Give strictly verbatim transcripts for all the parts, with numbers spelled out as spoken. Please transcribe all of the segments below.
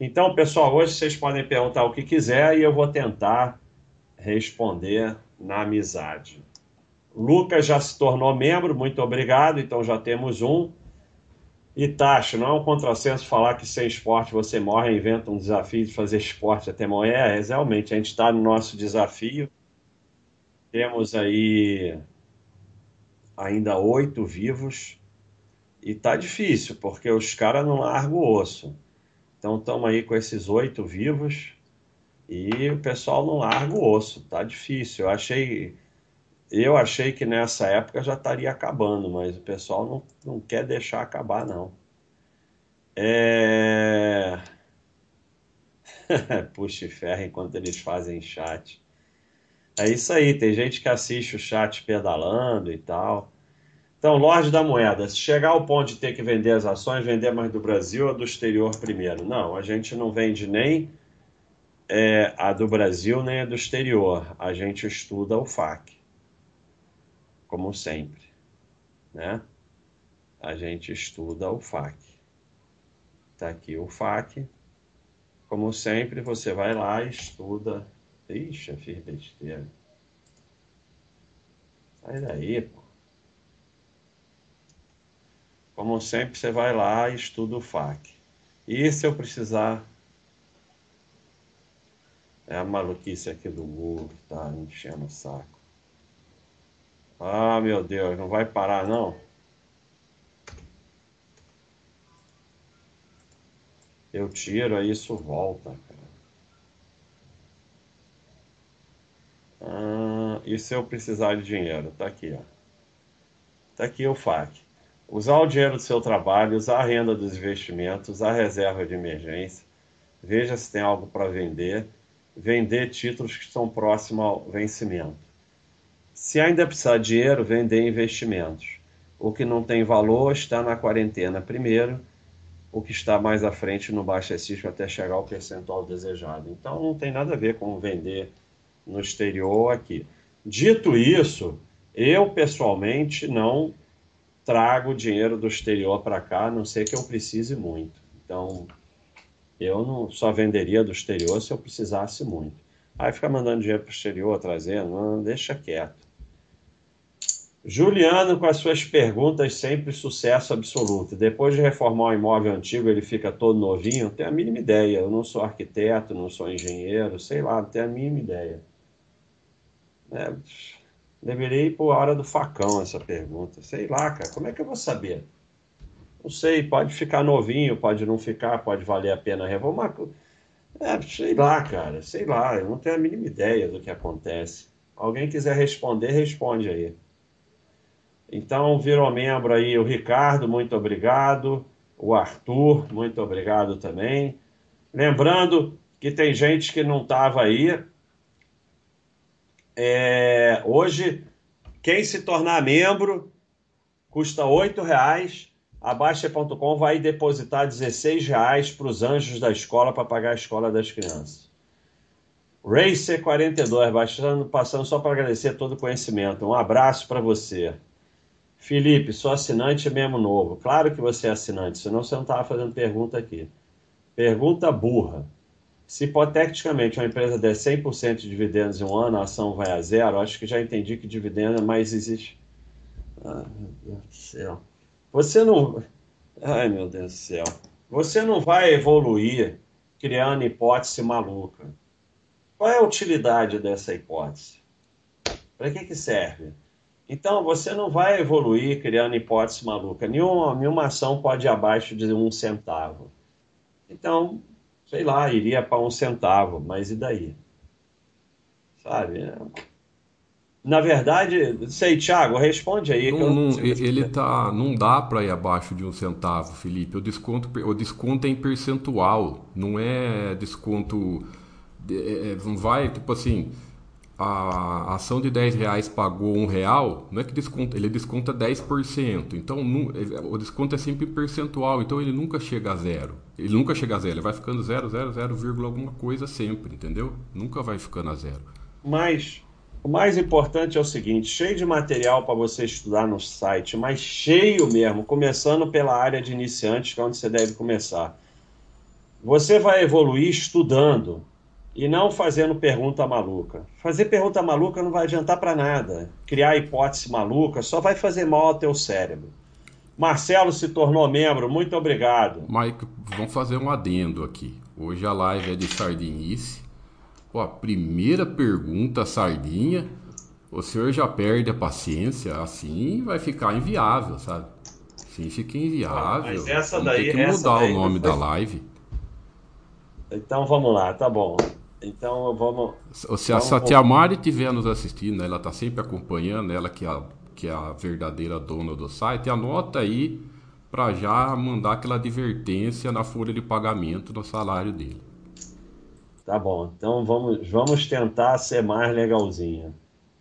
Então, pessoal, hoje vocês podem perguntar o que quiser e eu vou tentar responder na amizade. Lucas já se tornou membro, muito obrigado, então já temos um. E Tacho, não é um contrassenso falar que sem esporte você morre e inventa um desafio de fazer esporte até morrer? É, realmente, a gente está no nosso desafio. Temos aí ainda oito vivos e tá difícil, porque os caras não largam o osso. Então estamos aí com esses oito vivos e o pessoal não larga o osso. Tá difícil. Eu achei, eu achei que nessa época já estaria acabando, mas o pessoal não, não quer deixar acabar, não. É... Puxa ferro enquanto eles fazem chat. É isso aí, tem gente que assiste o chat pedalando e tal. Então, Lorde da Moeda, se chegar ao ponto de ter que vender as ações, vender mais do Brasil ou do exterior primeiro? Não, a gente não vende nem é, a do Brasil nem a do exterior. A gente estuda o F A Q, como sempre, né? A gente estuda o F A Q. Tá aqui o F A Q. Como sempre, você vai lá e estuda. Ixi, eu fiz besteira. Sai daí, pô. Como sempre, você vai lá e estuda o F A Q. E se eu precisar. É a maluquice aqui do Google que tá enchendo o saco. Ah, meu Deus, não vai parar, não? Eu tiro, aí isso volta, cara. Ah, e se eu precisar de dinheiro? Tá aqui, ó. Tá aqui o F A Q. Usar o dinheiro do seu trabalho, usar a renda dos investimentos, usar a reserva de emergência. Veja se tem algo para vender. Vender títulos que estão próximos ao vencimento. Se ainda precisar de dinheiro, vender investimentos. O que não tem valor está na quarentena primeiro, o que está mais à frente no baixo-exístico até chegar ao percentual desejado. Então não tem nada a ver com vender no exterior ou aqui. Dito isso, eu pessoalmente não trago dinheiro do exterior para cá, a não ser que eu precise muito. Então, eu não só venderia do exterior se eu precisasse muito. Aí ficar mandando dinheiro para o exterior, trazendo, não, deixa quieto. Juliano, com as suas perguntas, sempre sucesso absoluto. Depois de reformar um imóvel antigo, ele fica todo novinho? Não tenho a mínima ideia. Eu não sou arquiteto, não sou engenheiro, sei lá, não tenho a mínima ideia. É, deveria ir por hora do facão essa pergunta. Sei lá, cara, como é que eu vou saber? Não sei, pode ficar novinho, pode não ficar, pode valer a pena reformar. É, sei lá, cara, sei lá, eu não tenho a mínima ideia do que acontece. Alguém quiser responder, responde aí. Então, virou membro aí o Ricardo, muito obrigado. O Arthur, muito obrigado também. Lembrando que tem gente que não estava aí. É, hoje, quem se tornar membro, custa oito reais. A Baixa ponto com vai depositar dezesseis reais para os anjos da escola para pagar a escola das crianças. Racer quarenta e dois, baixando, passando só para agradecer todo o conhecimento. Um abraço para você. Felipe, sou assinante mesmo novo. Claro que você é assinante, senão você não estava fazendo pergunta aqui. Pergunta burra. Se hipoteticamente uma empresa der cem por cento de dividendos em um ano, a ação vai a zero, acho que já entendi que dividendo mais existe. Ah, meu Deus do céu. Você não. Ai, meu Deus do céu. Você não vai evoluir criando hipótese maluca. Qual é a utilidade dessa hipótese? Para que que serve? Então, você não vai evoluir criando hipótese maluca. Nenhuma, nenhuma ação pode ir abaixo de um centavo. Então, sei lá, iria para um centavo, mas e daí? Sabe? Na verdade, sei, Thiago, responde aí que eu Não, não não, consigo ele responder. tá, não dá para ir abaixo de um centavo, Felipe. O desconto, o desconto é em percentual, não é desconto. É, é, não vai, tipo assim, a ação de dez reais pagou um real, não é que desconta, ele desconta dez por cento. Então nu- ele- o desconto é sempre percentual, então ele nunca chega a zero. Ele nunca chega a zero, ele vai ficando zero, zero, zero, vírgula alguma coisa sempre, entendeu? Nunca vai ficando a zero. Mas o mais importante é o seguinte: cheio de material para você estudar no site, mas cheio mesmo, começando pela área de iniciantes, que é onde você deve começar. Você vai evoluir estudando e não fazendo pergunta maluca. Fazer pergunta maluca não vai adiantar para nada. Criar hipótese maluca só vai fazer mal ao teu cérebro. Marcelo se tornou membro, muito obrigado. Mike, vamos fazer um adendo aqui. Hoje a live é de sardinice. Pô, a primeira pergunta, sardinha, o senhor já perde a paciência, assim vai ficar inviável, sabe? Assim fica Não, mas inviável. essa Vamos ter daí, que essa mudar o daí não nome da foi. live. Então vamos lá, tá bom. Então vamos, Se a, se vamos a com. tia Mari estiver nos assistindo, né, ela está sempre acompanhando, ela que é, a, que é a verdadeira dona do site, anota aí para já mandar aquela advertência na folha de pagamento do salário dele. Tá bom. Então vamos, vamos tentar ser mais legalzinho.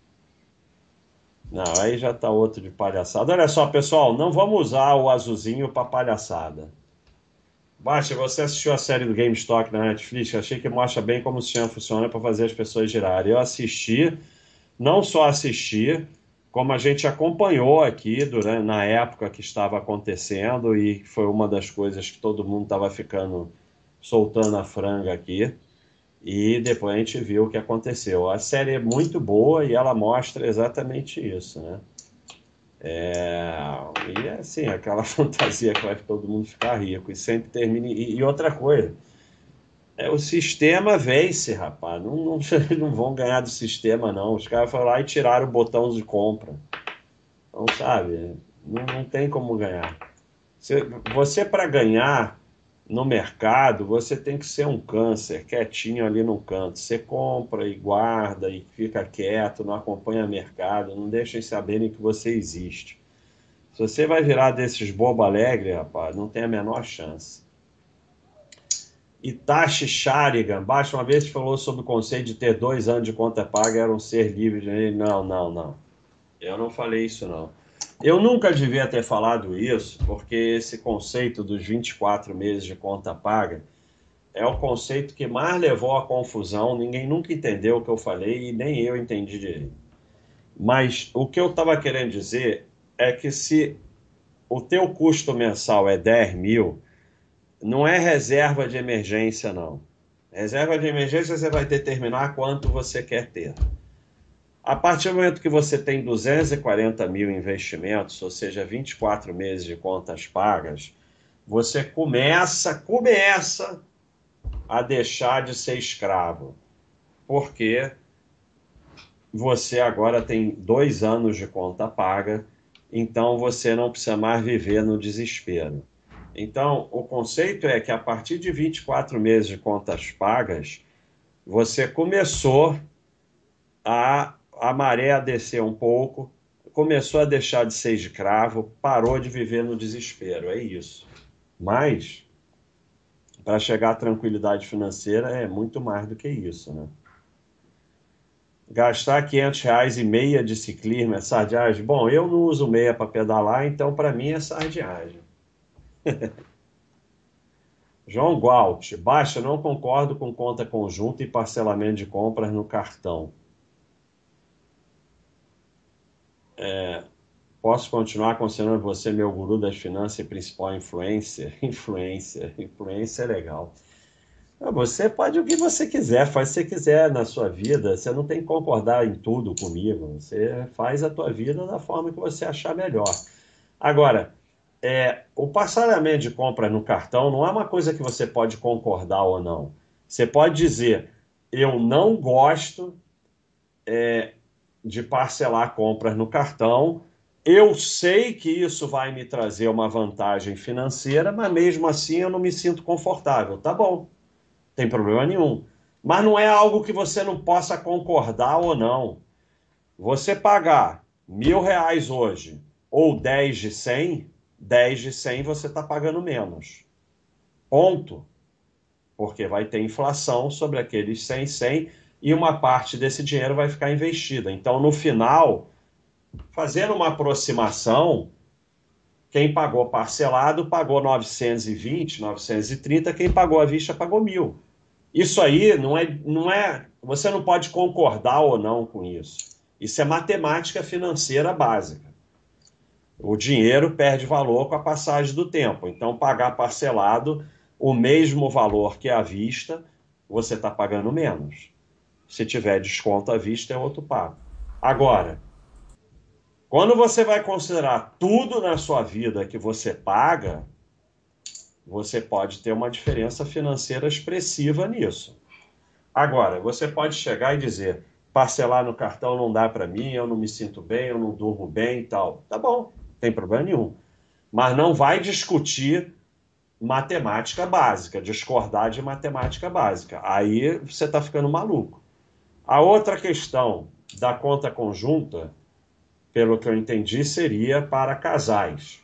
Não, aí já tá outro de palhaçada. Olha só, pessoal, não vamos usar o azulzinho para palhaçada. Baixa, você assistiu a série do GameStop na Netflix? Achei que mostra bem como o sistema funciona para fazer as pessoas girarem. Eu assisti, não só assisti, como a gente acompanhou aqui durante, na época que estava acontecendo, e foi uma das coisas que todo mundo estava ficando soltando a franga aqui. E depois a gente viu o que aconteceu. A série é muito boa e ela mostra exatamente isso, né? É, e é assim, aquela fantasia que vai todo mundo ficar rico e sempre termina. E, e outra coisa, é, o sistema vence, rapaz. Não, não, eles não vão ganhar do sistema, não. Os caras foram lá e tiraram o botão de compra. Então, sabe, não, não tem como ganhar. Você, você para ganhar no mercado, você tem que ser um câncer, quietinho ali no canto. Você compra e guarda e fica quieto, não acompanha mercado, não deixa eles saberem que você existe. Se você vai virar desses bobo alegre, rapaz, não tem a menor chance. Itachi Sharigan, baixa uma vez falou sobre o conceito de ter dois anos de conta paga era um ser livre. De... Não, não, não. Eu não falei isso, não. Eu nunca devia ter falado isso, porque esse conceito dos vinte e quatro meses de conta paga é o conceito que mais levou à confusão. Ninguém nunca entendeu o que eu falei e nem eu entendi direito. Mas o que eu estava querendo dizer é que se o teu custo mensal é dez mil, não é reserva de emergência, não. Reserva de emergência você vai determinar quanto você quer ter. A partir do momento que você tem duzentos e quarenta mil investimentos, ou seja, vinte e quatro meses de contas pagas, você começa, começa a deixar de ser escravo. Porque você agora tem dois anos de conta paga, então você não precisa mais viver no desespero. Então, o conceito é que a partir de vinte e quatro meses de contas pagas, você começou a, a maré a descer um pouco, começou a deixar de ser escravo, parou de viver no desespero. É isso. Mas, para chegar à tranquilidade financeira, é muito mais do que isso, né? Gastar quinhentos reais e meia de ciclismo é sardiagem? Bom, eu não uso meia para pedalar, então para mim é sardiagem. João Gualt, baixa, não concordo com conta conjunta e parcelamento de compras no cartão. Posso continuar considerando você meu guru das finanças e principal influencer? Influencer, influencer é legal. Você pode o que você quiser, faz o que você quiser na sua vida. Você não tem que concordar em tudo comigo. Você faz a tua vida da forma que você achar melhor. Agora, é, o parcelamento de compra no cartão não é uma coisa que você pode concordar ou não. Você pode dizer, eu não gosto de parcelar compras no cartão. Eu sei que isso vai me trazer uma vantagem financeira, mas mesmo assim eu não me sinto confortável. Tá bom, tem problema nenhum. Mas não é algo que você não possa concordar ou não. Você pagar mil reais hoje ou dez de cem, dez de cem você está pagando menos. Ponto. Porque vai ter inflação sobre aqueles cem, cem e uma parte desse dinheiro vai ficar investida. Então, no final, fazendo uma aproximação, quem pagou parcelado pagou novecentos e vinte, novecentos e trinta, quem pagou à vista pagou mil. Isso aí não é, não é, você não pode concordar ou não com isso. Isso é matemática financeira básica. O dinheiro perde valor com a passagem do tempo. Então, pagar parcelado o mesmo valor que à vista, você está pagando menos. Se tiver desconto à vista, é outro pago. Agora, quando você vai considerar tudo na sua vida que você paga, você pode ter uma diferença financeira expressiva nisso. Agora, você pode chegar e dizer, parcelar no cartão não dá para mim, eu não me sinto bem, eu não durmo bem e tal. Tá bom, não tem problema nenhum. Mas não vai discutir matemática básica, discordar de matemática básica. Aí você está ficando maluco. A outra questão da conta conjunta, pelo que eu entendi, seria para casais.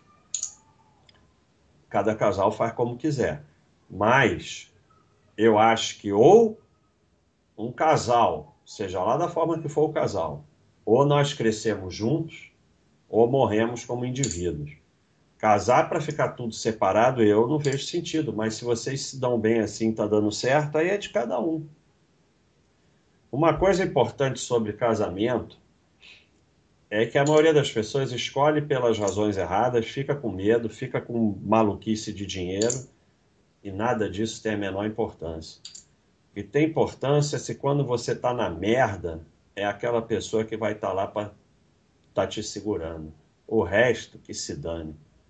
Cada casal faz como quiser. Mas eu acho que ou um casal, seja lá da forma que for o casal, ou nós crescemos juntos, ou morremos como indivíduos. Casar para ficar tudo separado, eu não vejo sentido, mas se vocês se dão bem assim, tá dando certo, aí é de cada um. Uma coisa importante sobre casamento é que a maioria das pessoas escolhe pelas razões erradas, fica com medo, fica com maluquice de dinheiro, e nada disso tem a menor importância. O que tem importância é se quando você está na merda, é aquela pessoa que vai estar tá lá para estar tá te segurando. O resto, que se dane.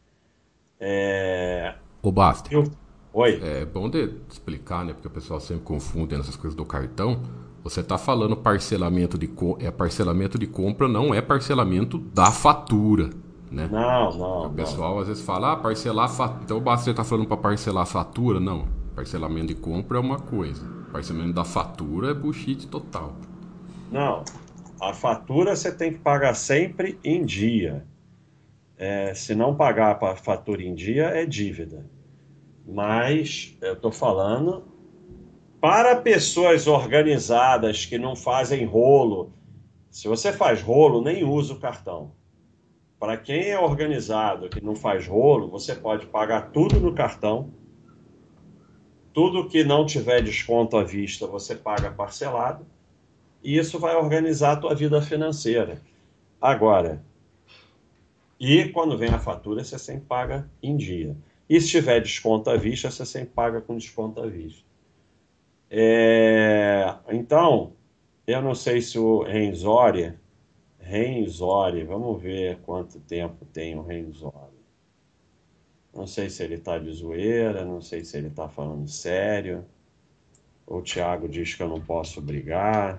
É... Ô, Basta, Eu... Oi? é bom de explicar, né? Porque o pessoal sempre confunde nessas coisas do cartão. Você está falando parcelamento de, co... é parcelamento de compra, não é parcelamento da fatura, né? Não, não, O não. pessoal às vezes fala, ah, parcelar a fatura. Então basta você estar falando para parcelar a fatura? Não. Parcelamento de compra é uma coisa. Parcelamento da fatura é bullshit total. Não. A fatura você tem que pagar sempre em dia. É, se não pagar a fatura em dia, é dívida. Mas eu estou falando para pessoas organizadas que não fazem rolo. Se você faz rolo, nem usa o cartão. Para quem é organizado, que não faz rolo, você pode pagar tudo no cartão. Tudo que não tiver desconto à vista, você paga parcelado. E isso vai organizar a tua vida financeira. Agora, e quando vem a fatura, você sempre paga em dia. E se tiver desconto à vista, você sempre paga com desconto à vista. É... Então, eu não sei se o Renzori, Renzori, vamos ver quanto tempo tem o Renzori. Não sei se ele está de zoeira, não sei se ele está falando sério. O Thiago diz que eu não posso brigar.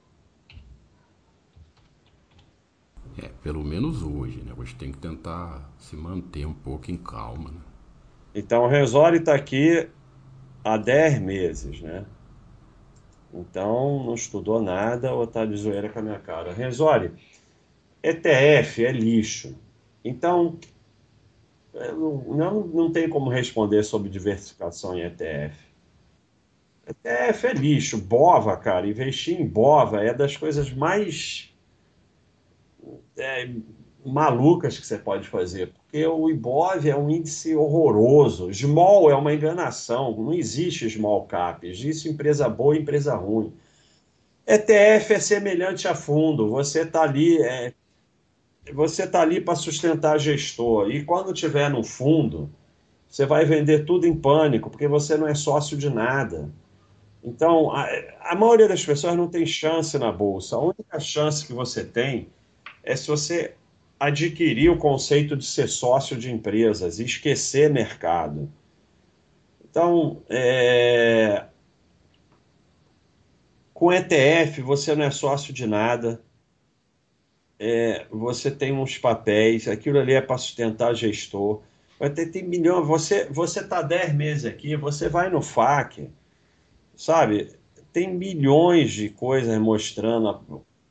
É, pelo menos hoje, né? Hoje tem que tentar se manter um pouco em calma, né? Então, o Renzori está aqui há dez meses, né? Então, não estudou nada ou está de zoeira com a minha cara. Renzori, E T F é lixo. Então, não, não tem como responder sobre diversificação em E T F. E T F é lixo. Bova, cara, investir em Bova é das coisas mais é, malucas que você pode fazer. Porque o Ibov é um índice horroroso. Small é uma enganação. Não existe small cap. Existe empresa boa e empresa ruim. E T F é semelhante a fundo. Você está ali, é, você tá ali para sustentar gestor. E quando tiver no fundo, você vai vender tudo em pânico, porque você não é sócio de nada. Então, a, a maioria das pessoas não tem chance na bolsa. A única chance que você tem é se você adquirir o conceito de ser sócio de empresas e esquecer mercado. Então, é, com E T F, você não é sócio de nada. É, você tem uns papéis, aquilo ali é para sustentar gestor. Vai ter, tem milhões. Você você está dez meses aqui, você vai no F A Q, sabe? Tem milhões de coisas mostrando. a-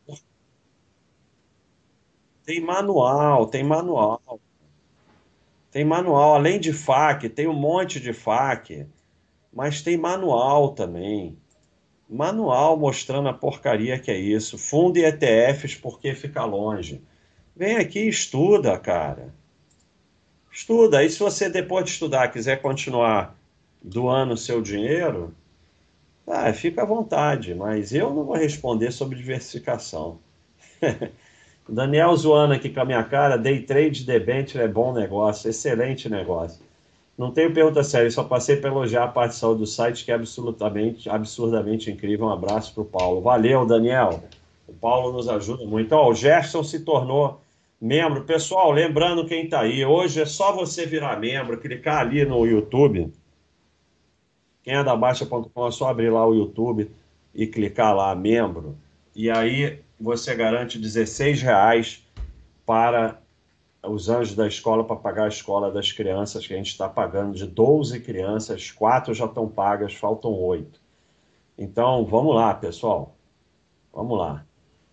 Tem manual, tem manual, tem manual. Além de F A Q, tem um monte de F A Q, mas tem manual também. Manual mostrando a porcaria que é isso. Fundo e E T Fs porque fica longe. Vem aqui e estuda, cara. Estuda. Aí se você depois de estudar quiser continuar doando o seu dinheiro, ah, fica à vontade, mas eu não vou responder sobre diversificação. O Daniel zoando aqui com a minha cara, day trade debênture é bom negócio, excelente negócio. Não tenho pergunta séria, só passei para elogiar a parte de saúde do site, que é absolutamente, absurdamente incrível. Um abraço para o Paulo. Valeu, Daniel. O Paulo nos ajuda muito. Ó, o Gerson se tornou membro. Pessoal, lembrando quem está aí, hoje é só você virar membro, clicar ali no YouTube. Quem é da Baixa ponto com é só abrir lá o YouTube e clicar lá, membro. E aí você garante dezesseis reais para os anjos da escola, para pagar a escola das crianças, que a gente está pagando de doze crianças, quatro já estão pagas, faltam oito. Então, vamos lá, pessoal. Vamos lá.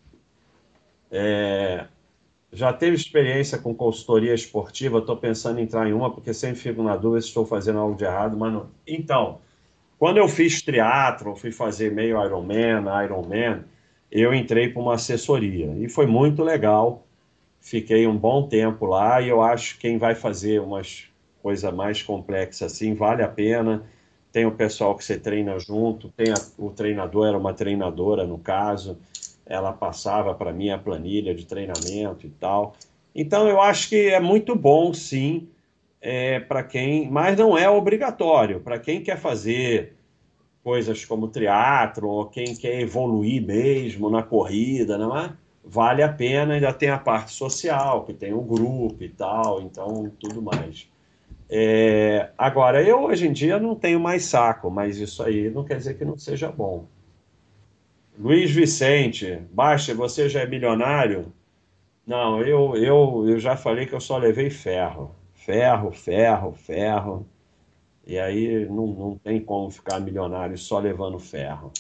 É, já teve experiência com consultoria esportiva? Estou pensando em entrar em uma, porque sempre fico na dúvida se estou fazendo algo de errado, mas não. Então, quando eu fiz triatlo, fui fazer meio Ironman, Ironman, eu entrei para uma assessoria e foi muito legal. Fiquei um bom tempo lá e eu acho que quem vai fazer umas coisa mais complexa assim vale a pena. Tem o pessoal que você treina junto, tem a, o treinador, era uma treinadora no caso, ela passava para mim a planilha de treinamento e tal. Então eu acho que é muito bom, sim, é, para quem, mas não é obrigatório. Para quem quer fazer coisas como triatlo, ou quem quer evoluir mesmo na corrida, não é? Vale a pena, ainda tem a parte social, que tem o grupo e tal, então tudo mais. É, agora, eu hoje em dia não tenho mais saco, mas isso aí não quer dizer que não seja bom. Luiz Vicente, baixa, você já é milionário? Não, eu, eu, eu já falei que eu só levei ferro. Ferro, ferro, ferro. E aí não, não tem como ficar milionário só levando ferro.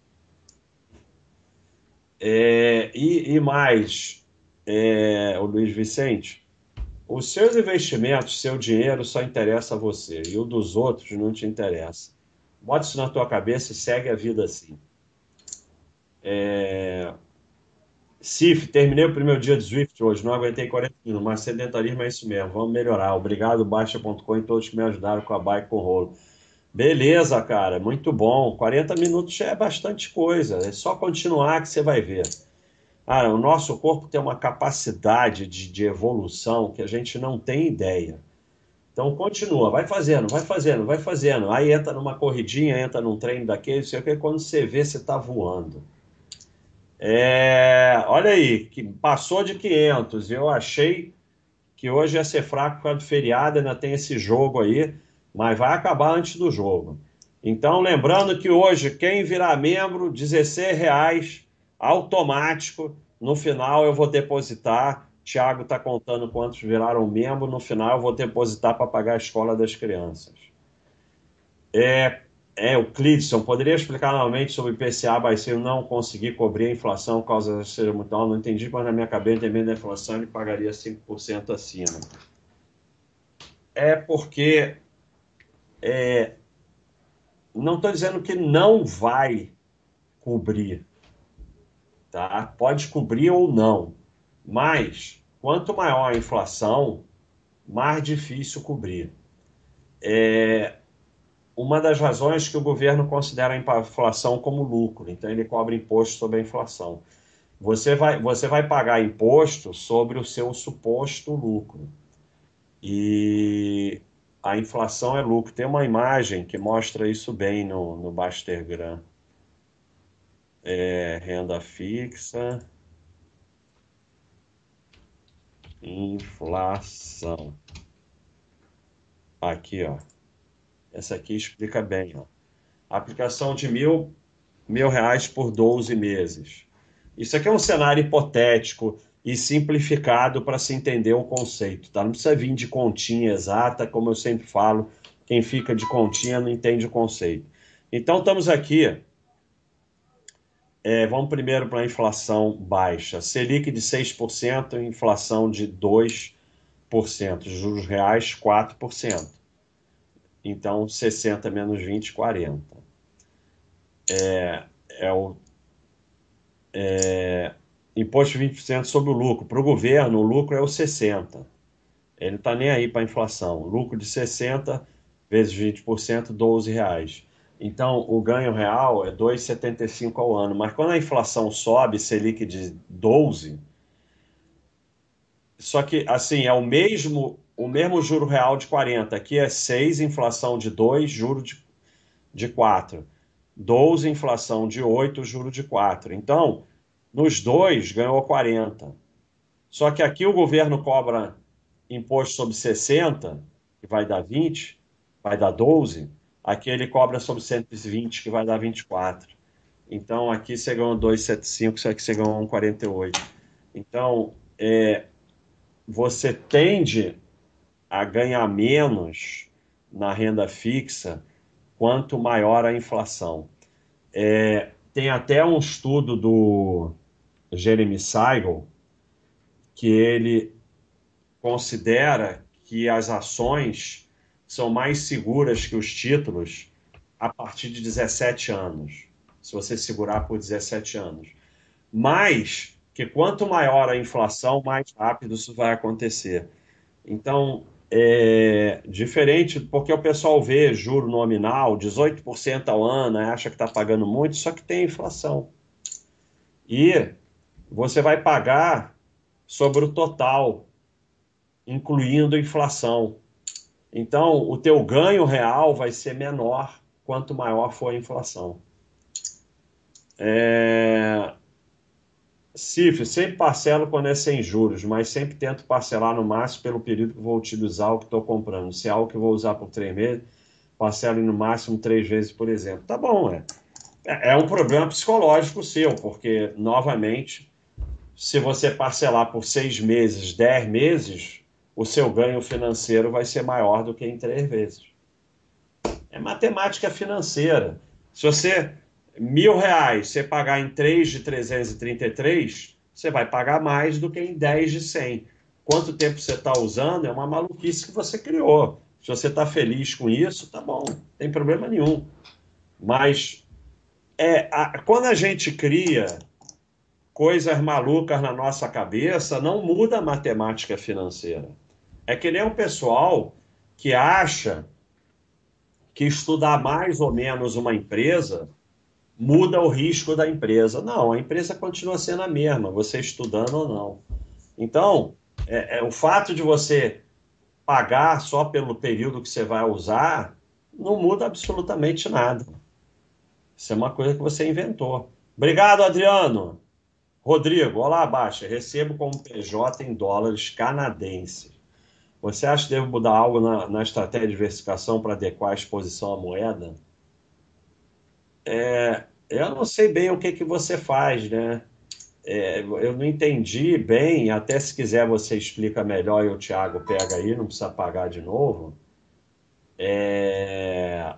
É, e, e mais, é, o Luiz Vicente, os seus investimentos, seu dinheiro só interessa a você e o dos outros não te interessa. Bota isso na tua cabeça e segue a vida assim. Cif, terminei o primeiro dia de Swift hoje, não aguentei quarenta minutos, mas sedentarismo é isso mesmo, vamos melhorar. Obrigado, Baixa ponto com e todos que me ajudaram com a bike com rolo. Beleza, cara, muito bom. quarenta minutos já é bastante coisa, é só continuar que você vai ver. Cara, o nosso corpo tem uma capacidade de, de evolução que a gente não tem ideia. Então continua, vai fazendo, vai fazendo, vai fazendo. Aí entra numa corridinha, entra num treino daquele, sei o que, quando você vê, você está voando. É, olha aí, que passou de quinhentos. Eu achei que hoje ia ser fraco por causa do feriado, ainda tem esse jogo aí, mas vai acabar antes do jogo. Então, lembrando que hoje, quem virar membro, dezesseis reais automático. No final, eu vou depositar. Tiago está contando quantos viraram membro. No final, eu vou depositar para pagar a escola das crianças. É, é o Clidson, poderia explicar novamente sobre o I P C A, mas se eu não conseguir cobrir a inflação, causa seja muito alta, não entendi, mas na minha cabeça, dependendo da inflação, ele pagaria cinco por cento acima. É porque é, não estou dizendo que não vai cobrir, tá? Pode cobrir ou não, mas quanto maior a inflação, mais difícil cobrir. É, uma das razões que o governo considera a inflação como lucro, então ele cobra imposto sobre a inflação. Você vai, você vai pagar imposto sobre o seu suposto lucro. E a inflação é lucro. Tem uma imagem que mostra isso bem no, no Bastergram. É, renda fixa, inflação. Aqui, ó. Essa aqui explica bem, ó. Aplicação de mil, mil reais por doze meses. Isso aqui é um cenário hipotético e simplificado para se entender o conceito, tá? Não precisa vir de continha exata, como eu sempre falo, quem fica de continha não entende o conceito. Então, estamos aqui, é, vamos primeiro para a inflação baixa. Selic de seis por cento, inflação de dois por cento, juros reais quatro por cento. Então, sessenta menos vinte, quarenta. É, é o imposto de vinte por cento sobre o lucro. Para o governo, o lucro é o sessenta. Ele não está nem aí para a inflação. Lucro de sessenta vezes vinte por cento, doze reais. Então, o ganho real é dois vírgula setenta e cinco ao ano. Mas quando a inflação sobe, Selic de doze, só que, assim, é o mesmo o mesmo juro real de quarenta. Aqui é seis, inflação de dois, juro de, de quatro. doze, inflação de oito, juro de quatro. Então, nos dois, ganhou quarenta. Só que aqui o governo cobra imposto sobre sessenta, que vai dar vinte, vai dar doze. Aqui ele cobra sobre cento e vinte, que vai dar vinte e quatro. Então, aqui você ganhou dois vírgula setenta e cinco, só que você ganhou um vírgula quarenta e oito. Então, é, você tende a ganhar menos na renda fixa quanto maior a inflação. É, tem até um estudo do Jeremy Siegel que ele considera que as ações são mais seguras que os títulos a partir de dezessete anos, se você segurar por dezessete anos. Mas que quanto maior a inflação, mais rápido isso vai acontecer. Então, é diferente, porque o pessoal vê juro nominal, dezoito por cento ao ano, acha que está pagando muito, só que tem inflação. E você vai pagar sobre o total, incluindo inflação. Então, o teu ganho real vai ser menor quanto maior for a inflação. É... Cif, sempre parcelo quando é sem juros, mas sempre tento parcelar no máximo pelo período que vou utilizar o que estou comprando. Se é algo que eu vou usar por três meses, parcelo no máximo três vezes, por exemplo. Tá bom, é. É um problema psicológico seu, porque, novamente, se você parcelar por seis meses, dez meses, o seu ganho financeiro vai ser maior do que em três vezes. É matemática financeira. Se você, mil reais, você pagar em três de trezentos e trinta e três, você vai pagar mais do que em dez de cem. Quanto tempo você está usando é uma maluquice que você criou. Se você está feliz com isso, tá bom, não tem problema nenhum. Mas é, a, quando a gente cria coisas malucas na nossa cabeça, não muda a matemática financeira. É que nem um pessoal que acha que estudar mais ou menos uma empresa muda o risco da empresa. Não, a empresa continua sendo a mesma, você estudando ou não. Então, é, é, o fato de você pagar só pelo período que você vai usar não muda absolutamente nada. Isso é uma coisa que você inventou. Obrigado, Adriano. Rodrigo, olá, Baixa. Recebo como P J em dólares canadenses. Você acha que devo mudar algo na, na estratégia de diversificação para adequar a exposição à moeda? É, eu não sei bem o que que você faz, né? É, eu não entendi bem, até se quiser você explica melhor e o Thiago pega aí, não precisa pagar de novo. É,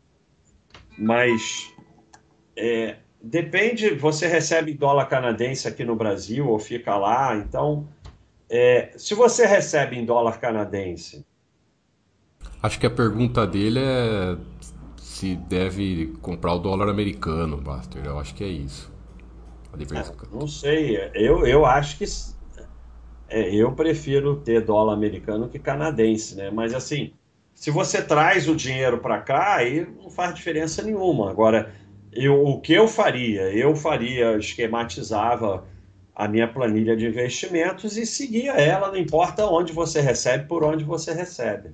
mas é, depende, você recebe dólar canadense aqui no Brasil ou fica lá, então é, se você recebe em dólar canadense. Acho que a pergunta dele é se deve comprar o dólar americano, Baster. Eu acho que é isso. A diversificação. Não sei, eu, eu acho que é, eu prefiro ter dólar americano que canadense, né? Mas assim, se você traz o dinheiro para cá, aí não faz diferença nenhuma. Agora, eu, o que eu faria? Eu faria, esquematizava a minha planilha de investimentos e seguia ela, não importa onde você recebe, por onde você recebe.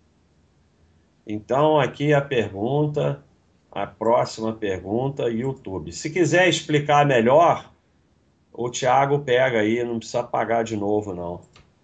Então, aqui a pergunta, a próxima pergunta, YouTube. Se quiser explicar melhor, o Thiago pega aí, não precisa pagar de novo, não.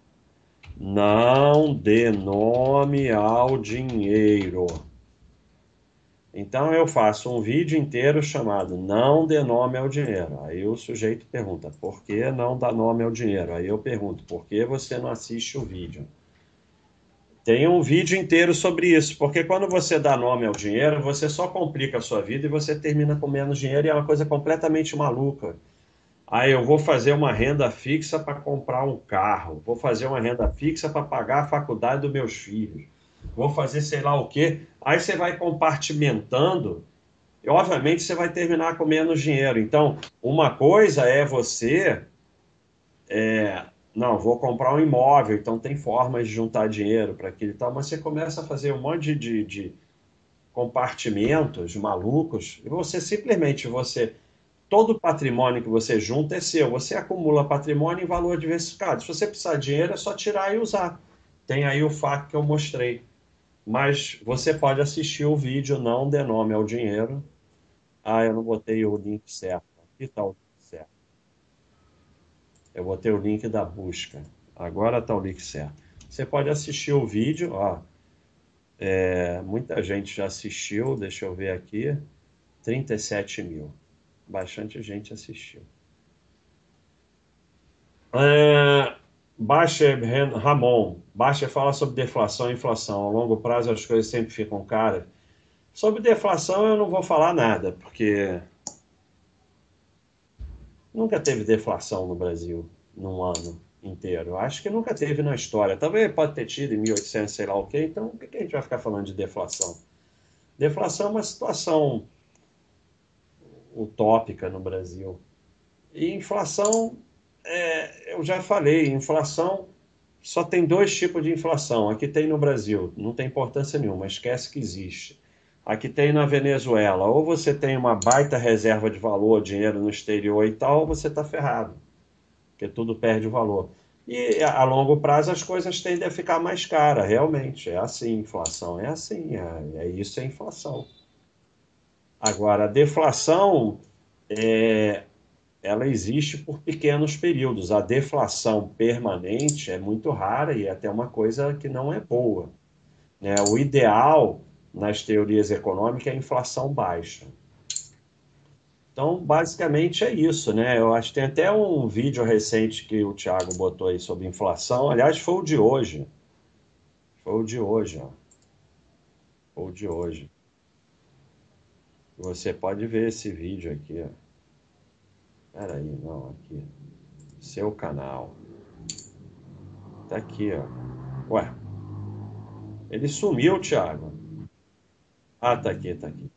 Não dê nome ao dinheiro. Então eu faço um vídeo inteiro chamado Não dê nome ao dinheiro. Aí o sujeito pergunta, por que não dá nome ao dinheiro? Aí eu pergunto, por que você não assiste o vídeo? Tem um vídeo inteiro sobre isso, porque quando você dá nome ao dinheiro, você só complica a sua vida e você termina com menos dinheiro e é uma coisa completamente maluca. Aí eu vou fazer uma renda fixa para comprar um carro, vou fazer uma renda fixa para pagar a faculdade dos meus filhos, vou fazer sei lá o quê. Aí você vai compartimentando e, obviamente, você vai terminar com menos dinheiro. Então, uma coisa é você, é, não, vou comprar um imóvel, então tem formas de juntar dinheiro para aquilo e tal, mas você começa a fazer um monte de, de compartimentos malucos e você simplesmente, você todo o patrimônio que você junta é seu. Você acumula patrimônio em valor diversificado. Se você precisar de dinheiro, é só tirar e usar. tem aí o F A Q que eu mostrei. Mas você pode assistir o vídeo, não dê nome ao dinheiro. Ah, eu não botei o link certo. Aqui está o link certo. Eu botei o link da busca. Agora está o link certo. Você pode assistir o vídeo, ó. É, muita gente já assistiu, deixa eu ver aqui. trinta e sete mil. Bastante gente assistiu. É, Baixa Ramon. Baixa fala sobre deflação e inflação. Ao longo prazo as coisas sempre ficam caras. Sobre deflação eu não vou falar nada, porque nunca teve deflação no Brasil num ano inteiro. Acho que nunca teve na história. Talvez pode ter tido em mil e oitocentos, sei lá o quê. Então, por que a gente vai ficar falando de deflação? Deflação é uma situação utópica no Brasil. E inflação, é, eu já falei, inflação só tem dois tipos de inflação. Aqui tem no Brasil, não tem importância nenhuma, esquece que existe. Aqui tem na Venezuela, ou você tem uma baita reserva de valor, dinheiro no exterior e tal, ou você está ferrado, porque tudo perde o valor. E a longo prazo as coisas tendem a ficar mais caras, realmente. É assim, inflação é assim, é, é isso, é inflação. Agora, a deflação, é, ela existe por pequenos períodos. A deflação permanente é muito rara e é até uma coisa que não é boa, né? O ideal nas teorias econômicas é a inflação baixa. Então, basicamente é isso, né? Eu acho que tem até um vídeo recente que o Thiago botou aí sobre inflação. Aliás, foi o de hoje. Foi o de hoje, ó. Foi o de hoje. Você pode ver esse vídeo aqui, ó. Peraí, não, aqui. Seu canal. Tá aqui, ó. Ué, ele sumiu, Thiago. Ah, tá aqui, tá aqui.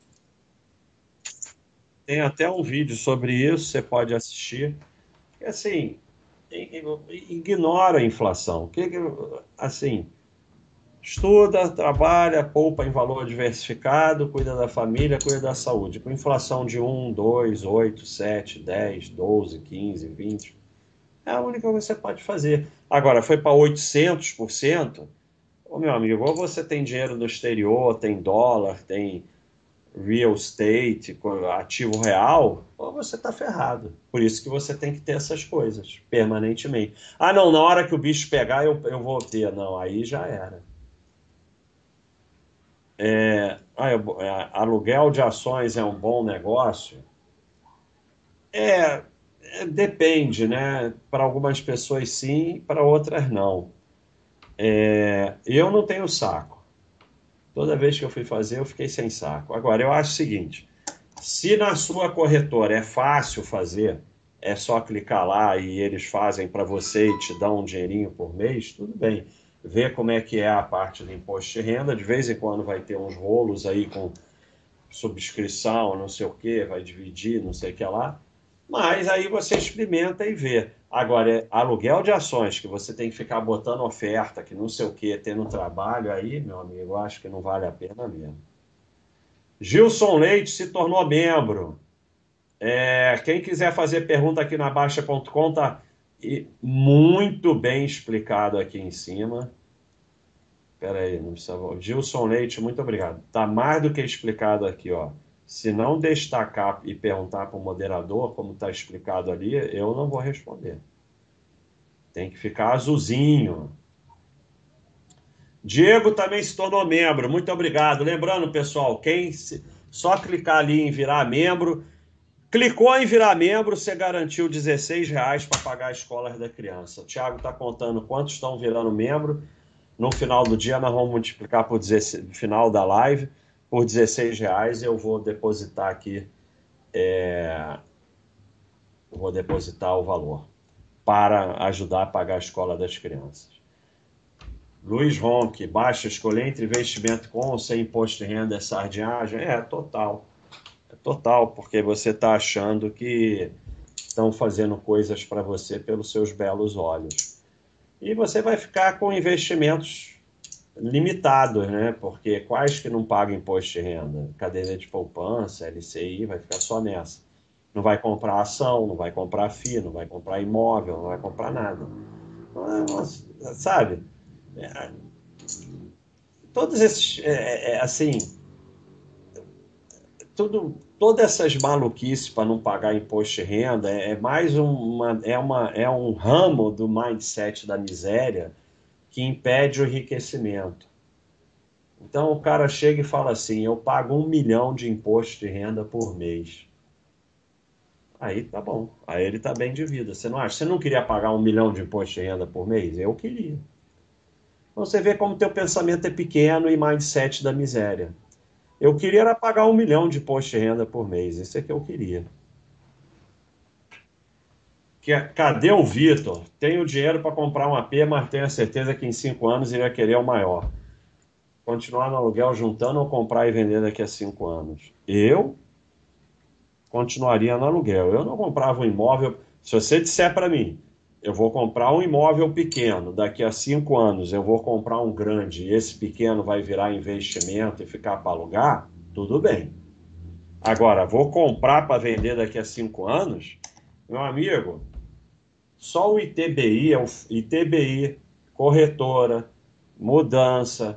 Tem até um vídeo sobre isso, você pode assistir. E, assim, ignora a inflação. Que, assim, estuda, trabalha, poupa em valor diversificado, cuida da família, cuida da saúde. Com inflação de um, dois, oito, sete, dez, doze, quinze, vinte, é a única coisa que você pode fazer. Agora, foi para oitocentos por cento. Ô, meu amigo, ou você tem dinheiro no exterior, tem dólar, tem real estate, ativo real, ou você está ferrado. Por isso que você tem que ter essas coisas permanentemente. Ah, não, na hora que o bicho pegar, eu, eu vou ter. Não, aí já era. É, ah, eu- é, aluguel de ações é um bom negócio? É, é, depende, né? Para algumas pessoas sim, para outras não. É, eu não tenho saco. Toda vez que eu fui fazer, eu fiquei sem saco. Agora, eu acho o seguinte: se na sua corretora é fácil fazer, é só clicar lá e eles fazem para você e te dão um dinheirinho por mês, tudo bem. Vê como é que é a parte do imposto de renda. De vez em quando vai ter uns rolos aí com subscrição, não sei o que, vai dividir, não sei o que lá. Mas aí você experimenta e vê. Agora, é aluguel de ações, que você tem que ficar botando oferta, que não sei o que, tendo trabalho aí, meu amigo, eu acho que não vale a pena mesmo. Gilson Leite se tornou membro. É, quem quiser fazer pergunta aqui na Baixa ponto com tá muito bem explicado aqui em cima. Espera aí, não precisa. Gilson Leite, muito obrigado. Tá mais do que explicado aqui, ó. Se não destacar e perguntar para o moderador, como está explicado ali, eu não vou responder. Tem que ficar azulzinho. Diego também se tornou membro. Muito obrigado. Lembrando, pessoal, quem se... só clicar ali em virar membro. Clicou em virar membro, você garantiu dezesseis reais para pagar a escola da criança. O Thiago está contando quantos estão virando membro. No final do dia, nós vamos multiplicar por dezesseis, no final da live, por dezesseis reais. Eu vou depositar aqui, é, vou depositar o valor para ajudar a pagar a escola das crianças. Luiz Ronque, baixa, escolher entre investimento com ou sem imposto de renda é sardinhagem? É, total. É total, porque você está achando que estão fazendo coisas para você pelos seus belos olhos. E você vai ficar com investimentos limitados, né? Porque quais que não pagam imposto de renda? Cadeia de poupança, L C I, vai ficar só nessa. Não vai comprar ação, não vai comprar F I I, não vai comprar imóvel, não vai comprar nada. Sabe? É, todos esses, é, é, assim, tudo, todas essas maluquices para não pagar imposto de renda é, é mais uma, é uma, é um ramo do mindset da miséria que impede o enriquecimento. Então o cara chega e fala assim: eu pago um milhão de imposto de renda por mês. Aí tá bom. Aí ele tá bem de vida. Você não acha? Você não queria pagar um milhão de imposto de renda por mês? Eu queria. Então você vê como teu pensamento é pequeno e mindset da miséria. Eu queria era pagar um milhão de imposto de renda por mês. Isso é que eu queria. Que, cadê o Vitor? Tenho dinheiro para comprar um A P, mas tenho a certeza que em cinco anos ele vai querer o maior. Continuar no aluguel juntando ou comprar e vender daqui a cinco anos? Eu continuaria no aluguel. Eu não comprava um imóvel. Se você disser para mim, eu vou comprar um imóvel pequeno, daqui a cinco anos eu vou comprar um grande e esse pequeno vai virar investimento e ficar para alugar, tudo bem. Agora, vou comprar para vender daqui a cinco anos, meu amigo, só o I T B I, é o I T B I, corretora, mudança,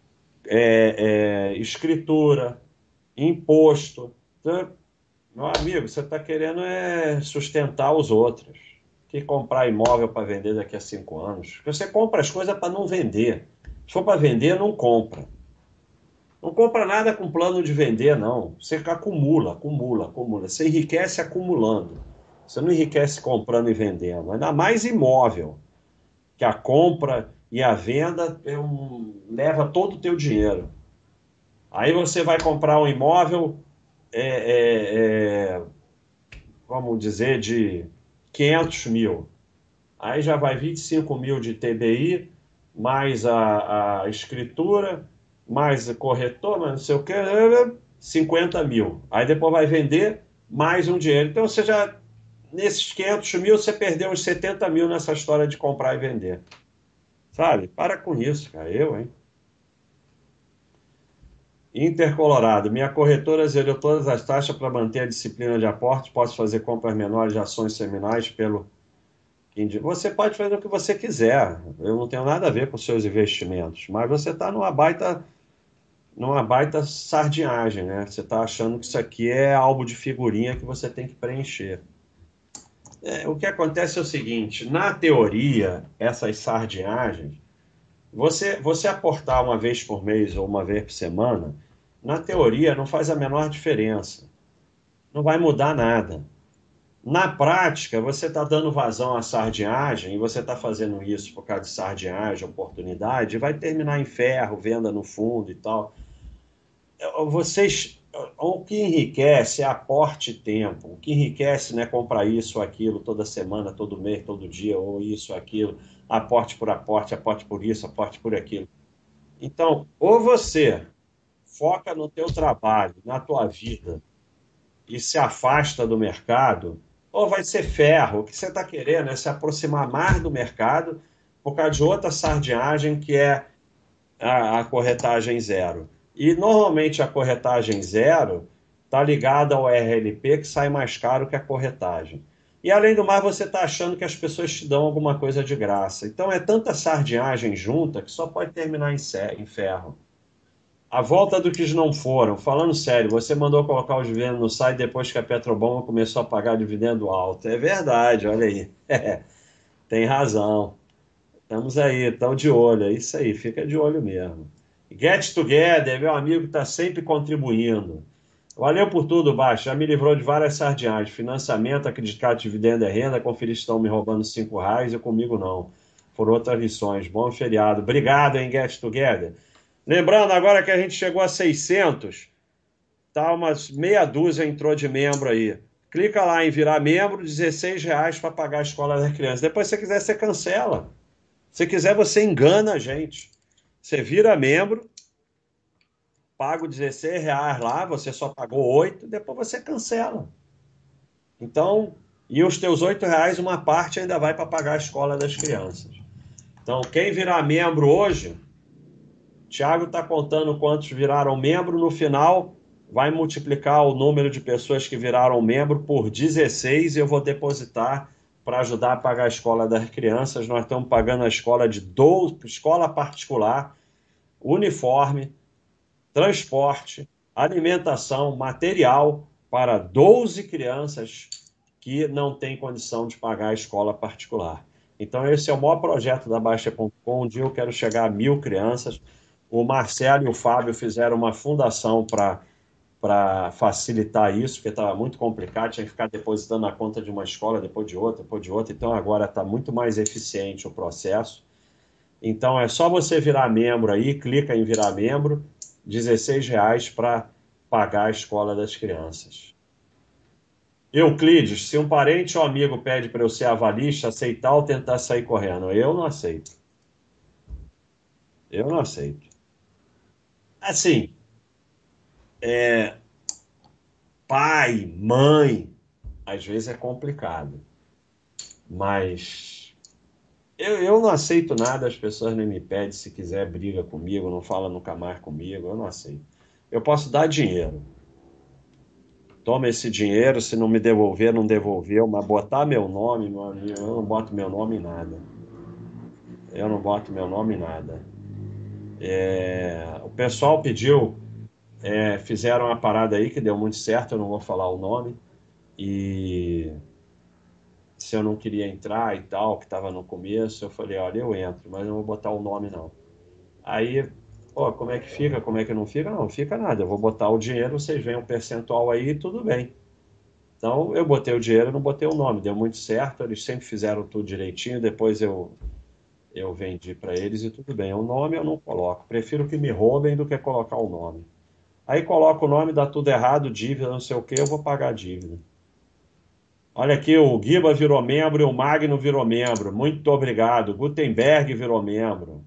é, é, escritura, imposto. Então, meu amigo, você está querendo é sustentar os outros. Que comprar imóvel para vender daqui a cinco anos. Porque você compra as coisas para não vender. Se for para vender, não compra. Não compra nada com plano de vender, não. Você acumula, acumula, acumula. Você enriquece acumulando. Você não enriquece comprando e vendendo. Ainda mais imóvel, que a compra e a venda é um- leva todo o teu dinheiro. Aí você vai comprar um imóvel, é, é, é, vamos dizer, de quinhentos mil. Aí já vai vinte e cinco mil de T B I, mais a, a escritura, mais o corretor, mais não sei o que, cinquenta mil. Aí depois vai vender mais um dinheiro. Então você já, nesses quinhentos mil, você perdeu uns setenta mil nessa história de comprar e vender. Sabe? Para com isso, cara. Eu, hein? Intercolorado. Minha corretora zerou todas as taxas para manter a disciplina de aporte. Posso fazer compras menores de ações seminais pelo Você pode fazer o que você quiser. Eu não tenho nada a ver com seus investimentos, mas você está numa baita, numa baita sardinhagem, né? Você está achando que isso aqui é álbum de figurinha que você tem que preencher. É, o que acontece é o seguinte: na teoria, essas sardinhagens, você, você aportar uma vez por mês ou uma vez por semana, na teoria não faz a menor diferença. Não vai mudar nada. Na prática, você está dando vazão à sardinhagem e você está fazendo isso por causa de sardinhagem, oportunidade, vai terminar em ferro, venda no fundo e tal. Vocês, o que enriquece é aporte e tempo. O que enriquece não é comprar isso ou aquilo toda semana, todo mês, todo dia, ou isso ou aquilo. Aporte por aporte, aporte por isso, aporte por aquilo. Então, ou você foca no teu trabalho, na tua vida, e se afasta do mercado, ou vai ser ferro. O que você está querendo é se aproximar mais do mercado por causa de outra sardinhagem que é a, a corretagem zero. E normalmente a corretagem zero está ligada ao R L P, que sai mais caro que a corretagem. E além do mais, você está achando que as pessoas te dão alguma coisa de graça. Então é tanta sardinhagem junta que só pode terminar em, em ferro. A volta do que não foram. Falando sério, você mandou colocar os dividendos no site depois que a Petrobras começou a pagar dividendo alto. É verdade, olha aí. Tem razão. Estamos aí, estão de olho. É isso aí, fica de olho mesmo. Get Together, meu amigo, está sempre contribuindo. Valeu por tudo, Baixo. Já me livrou de várias sardinhas. Financiamento, acreditado, dividendo é renda. Conferir se estão me roubando cinco reais e comigo não. Por outras lições. Bom feriado. Obrigado, hein, Get Together. Lembrando agora que a gente chegou a seiscentos, tá? Umas meia dúzia entrou de membro aí. Clica lá em virar membro, dezesseis reais para pagar a escola das crianças. Depois, se você quiser, você cancela. Se quiser, você engana a gente. Você vira membro, paga os dezesseis reais lá, você só pagou oito, depois você cancela. Então, e os teus oito reais, uma parte ainda vai para pagar a escola das crianças. Então, quem virar membro hoje, Thiago está contando quantos viraram membro, no final vai multiplicar o número de pessoas que viraram membro por dezesseis e eu vou depositar para ajudar a pagar a escola das crianças. Nós estamos pagando a escola de doze, escola particular, uniforme, transporte, alimentação, material para doze crianças que não têm condição de pagar a escola particular. Então, esse é o maior projeto da Baixa ponto com. Um dia eu quero chegar a mil crianças. O Marcelo e o Fábio fizeram uma fundação para para facilitar isso, porque estava muito complicado, tinha que ficar depositando na conta de uma escola, depois de outra, depois de outra. Então, agora está muito mais eficiente o processo. Então, é só você virar membro aí, clica em virar membro, dezesseis reais para pagar a escola das crianças. Euclides, se um parente ou amigo pede para eu ser avalista, aceitar ou tentar sair correndo? Eu não aceito. Eu não aceito. Assim, é, pai, mãe, às vezes é complicado. Mas eu, eu não aceito nada, as pessoas nem me pedem, se quiser briga comigo, não fala nunca mais comigo, eu não aceito. Eu posso dar dinheiro. Toma esse dinheiro, se não me devolver, não devolveu, mas botar meu nome, meu amigo, eu não boto meu nome em nada. Eu não boto meu nome em nada. É, o pessoal pediu, é, fizeram uma parada aí que deu muito certo, eu não vou falar o nome, e se eu não queria entrar e tal, que estava no começo, eu falei, olha, eu entro, mas não vou botar o nome não. Aí, pô, como é que fica, como é que não fica? Não, não fica nada, eu vou botar o dinheiro, vocês veem um percentual aí e tudo bem. Então, eu botei o dinheiro, não botei o nome, deu muito certo, eles sempre fizeram tudo direitinho, depois eu, eu vendi para eles e tudo bem. O nome eu não coloco, prefiro que me roubem do que colocar o nome. Aí coloca o nome, dá tudo errado, dívida, não sei o que, eu vou pagar a dívida. Olha aqui, o Guiba virou membro e o Magno virou membro. Muito obrigado. Gutenberg virou membro.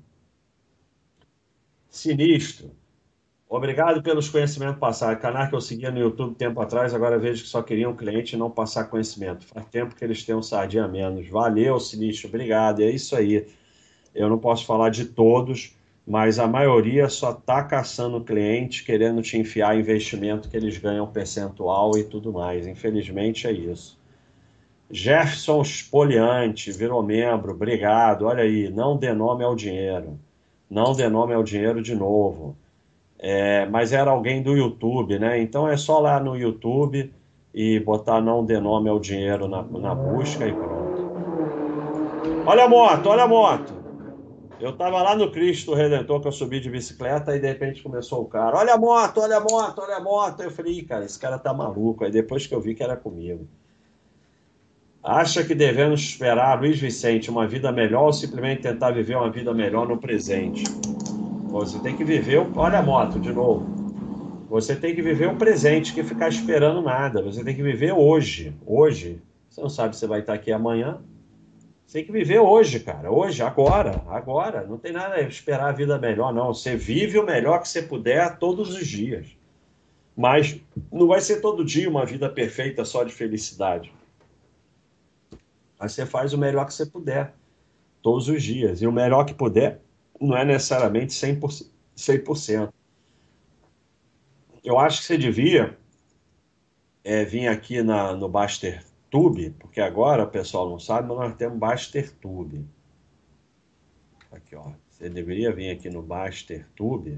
Sinistro. Obrigado pelos conhecimentos passados. Canal que eu seguia no YouTube tempo atrás, agora vejo que só queriam cliente e não passar conhecimento. Faz tempo que eles têm um sardinha a menos. Valeu, Sinistro. Obrigado. É isso aí. Eu não posso falar de todos, mas a maioria só está caçando cliente, querendo te enfiar investimento que eles ganham percentual e tudo mais. Infelizmente é isso. Jefferson Spoliante virou membro, obrigado. Olha aí, não dê nome ao dinheiro. Não dê nome ao dinheiro de novo. É, mas era alguém do YouTube, né? Então é só lá no YouTube e botar não dê nome ao dinheiro na, na busca e pronto. Olha a moto, olha a moto. Eu tava lá no Cristo Redentor que eu subi de bicicleta e de repente começou o cara. Olha a moto, olha a moto, olha a moto. Eu falei, Ih, cara, esse cara tá maluco. Aí depois que eu vi que era comigo. Acha que devemos esperar, Luiz Vicente, uma vida melhor ou simplesmente tentar viver uma vida melhor no presente? Você tem que viver, o... olha a moto de novo. Você tem que viver o presente, que ficar esperando nada. Você tem que viver hoje. Hoje. Você não sabe se você vai estar aqui amanhã. Você tem que viver hoje, cara. Hoje, agora, agora. Não tem nada a esperar a vida melhor, não. Você vive o melhor que você puder todos os dias. Mas não vai ser todo dia uma vida perfeita só de felicidade. Mas você faz o melhor que você puder, todos os dias. E o melhor que puder não é necessariamente cem por cento. cem por cento. Eu acho que você devia é, vir aqui na, no Baster Tube, porque agora o pessoal não sabe, mas nós temos Baster Tube. Aqui, ó. Você deveria vir aqui no Baster Tube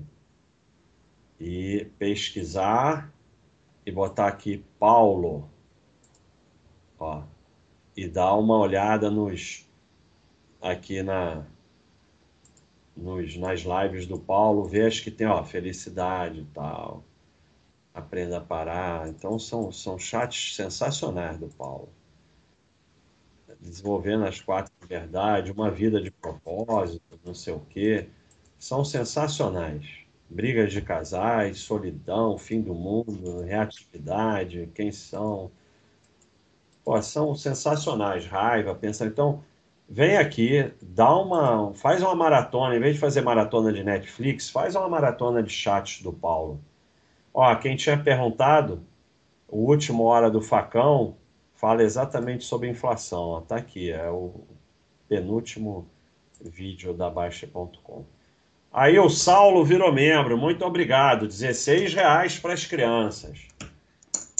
e pesquisar e botar aqui Paulo, ó, e dar uma olhada nos aqui na nos, nas lives do Paulo, ver as que tem, ó, felicidade e tal, aprenda a parar. Então são, são chats sensacionais do Paulo. Desenvolvendo as quatro de verdade, uma vida de propósito, não sei o quê. São sensacionais. Brigas de casais, solidão, fim do mundo, reatividade, quem são. Pô, são sensacionais. Raiva, pensa. Então, vem aqui, dá uma, faz uma maratona, em vez de fazer maratona de Netflix, faz uma maratona de chats do Paulo. Ó, quem tinha perguntado, o último Hora do Facão fala exatamente sobre inflação. Ó, tá aqui, é o penúltimo vídeo da Baixa ponto com. Aí o Saulo virou membro, muito obrigado. dezesseis reais para as crianças.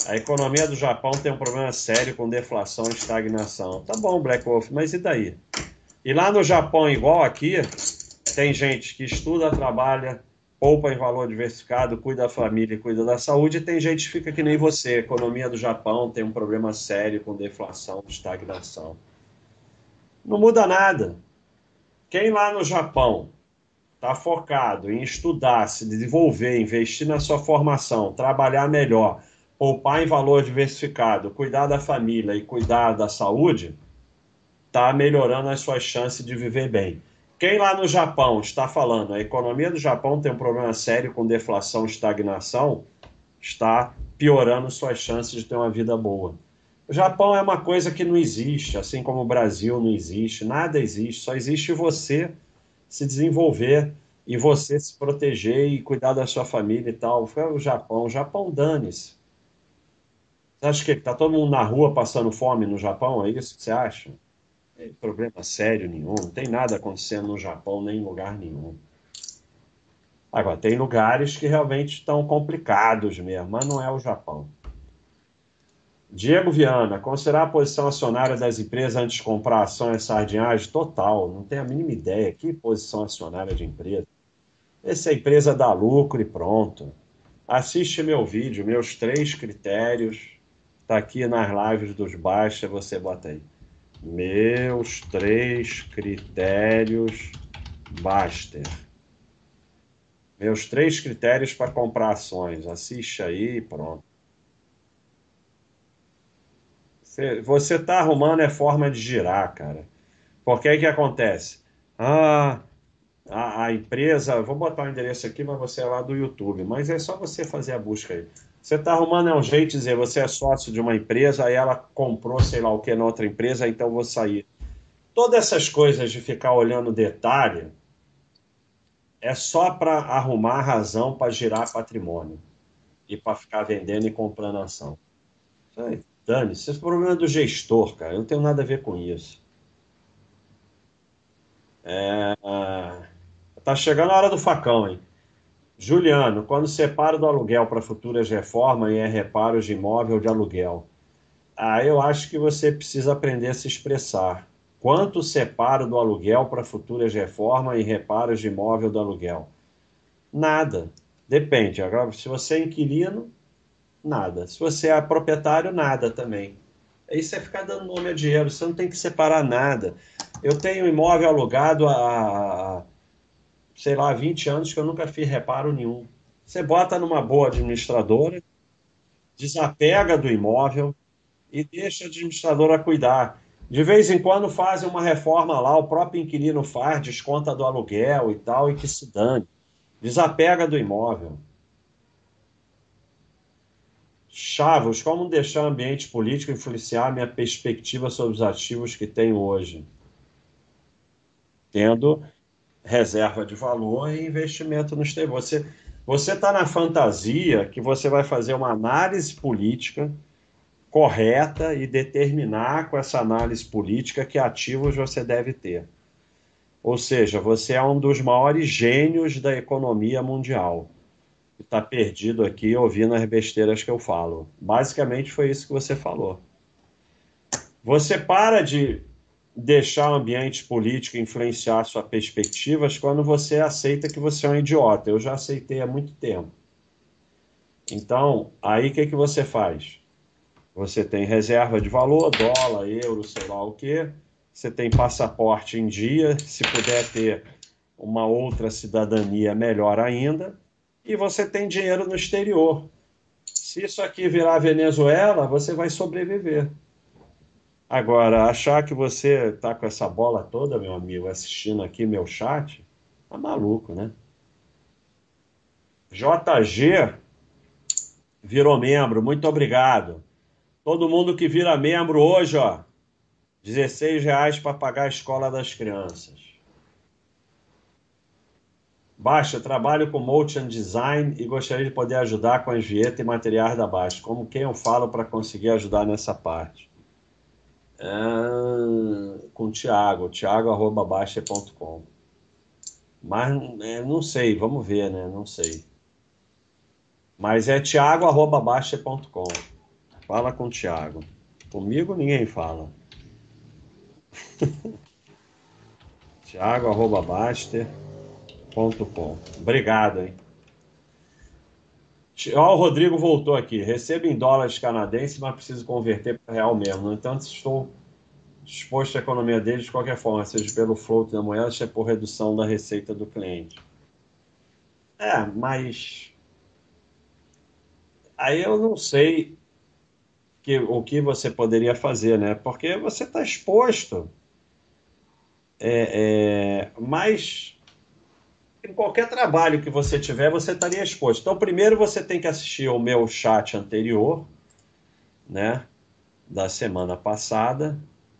A economia do Japão tem um problema sério com deflação e estagnação. Tá bom, Black Wolf, mas e daí? E lá no Japão, igual aqui, tem gente que estuda, trabalha, poupa em valor diversificado, cuida da família e cuida da saúde, e tem gente que fica que nem você. A economia do Japão tem um problema sério com deflação e estagnação. Não muda nada. Quem lá no Japão está focado em estudar, se desenvolver, investir na sua formação, trabalhar melhor, poupar em valor diversificado, cuidar da família e cuidar da saúde, está melhorando as suas chances de viver bem. Quem lá no Japão está falando, a economia do Japão tem um problema sério com deflação e estagnação, está piorando suas chances de ter uma vida boa. O Japão é uma coisa que não existe, assim como o Brasil não existe, nada existe, só existe você se desenvolver e você se proteger e cuidar da sua família e tal. Foi o Japão. O Japão, dane-se. Você acha que está todo mundo na rua passando fome no Japão? É isso que você acha? Não tem problema sério nenhum. Não tem nada acontecendo no Japão, nem em lugar nenhum. Agora, tem lugares que realmente estão complicados mesmo, mas não é o Japão. Diego Viana, considerar a posição acionária das empresas antes de comprar ação é sardinhagem? Total, não tenho a mínima ideia. Que posição acionária de empresa? Essa é a empresa dá lucro e pronto. Assiste meu vídeo, meus três critérios. Está aqui nas lives dos Baixa, você bota aí. Meus três critérios Baster. Meus três critérios para comprar ações. Assiste aí e pronto. Você está arrumando é forma de girar, cara. Porque aí que acontece? Ah, a, a empresa, vou botar o endereço aqui, mas você é lá do YouTube, mas é só você fazer a busca aí. Você está arrumando é um jeito de dizer, você é sócio de uma empresa, aí ela comprou sei lá o que na outra empresa, então vou sair. Todas essas coisas de ficar olhando detalhe é só para arrumar razão para girar patrimônio e para ficar vendendo e comprando ação. Isso aí, dane-se, esse é o problema do gestor, cara, eu não tenho nada a ver com isso. É, ah, tá chegando a hora do facão, hein? Juliano, quando separo do aluguel para futuras reformas e é reparos de imóvel de aluguel, ah, eu acho que você precisa aprender a se expressar. Quanto separo do aluguel para futuras reformas e reparos de imóvel do aluguel? Nada. Depende. Agora, se você é inquilino, nada. Se você é proprietário, nada também. Aí você ficar dando nome a dinheiro, você não tem que separar nada. Eu tenho imóvel alugado há, sei lá, vinte anos que eu nunca fiz reparo nenhum. Você bota numa boa administradora, desapega do imóvel e deixa a administradora cuidar. De vez em quando fazem uma reforma lá, o próprio inquilino faz, desconta do aluguel e tal, e que se dane. Desapega do imóvel. Chavos, como deixar o ambiente político influenciar minha perspectiva sobre os ativos que tenho hoje? Tendo reserva de valor e investimento no exterior. Você você está na fantasia que você vai fazer uma análise política correta e determinar com essa análise política que ativos você deve ter. Ou seja, você é um dos maiores gênios da economia mundial. Está perdido aqui ouvindo as besteiras que eu falo. Basicamente foi isso que você falou. Você para de deixar o ambiente político influenciar suas perspectivas quando você aceita que você é um idiota. Eu já aceitei há muito tempo. Então, aí o que, que você faz? Você tem reserva de valor, dólar, euro, sei lá o quê. Você tem passaporte em dia, se puder ter uma outra cidadania, melhor ainda. E você tem dinheiro no exterior. Se isso aqui virar Venezuela, você vai sobreviver. Agora, achar que você tá com essa bola toda, meu amigo, assistindo aqui meu chat, tá maluco, né? J G virou membro, muito obrigado. Todo mundo que vira membro hoje, ó, dezesseis reais para pagar a escola das crianças. Baixa, trabalho com motion design e gostaria de poder ajudar com as vinhetas e materiais da Baixa. Como quem eu falo para conseguir ajudar nessa parte? Ah, com o Thiago, thiago arroba baixa ponto com. Mas é, não sei, vamos ver, né? Não sei. Mas é thiago arroba baixa ponto com. Fala com o Thiago. Comigo ninguém fala. Thiago arroba baster ponto com. Obrigado, hein? Ó, o Rodrigo voltou aqui. Recebo em dólares canadenses, mas preciso converter para real mesmo. No entanto, estou disposto à economia deles de qualquer forma, seja pelo float da moeda, seja por redução da receita do cliente. É, mas aí eu não sei que, o que você poderia fazer, né? Porque você está exposto. É, é, mas em qualquer trabalho que você tiver, você estaria exposto. Então, primeiro você tem que assistir o meu chat anterior, né? Da semana passada,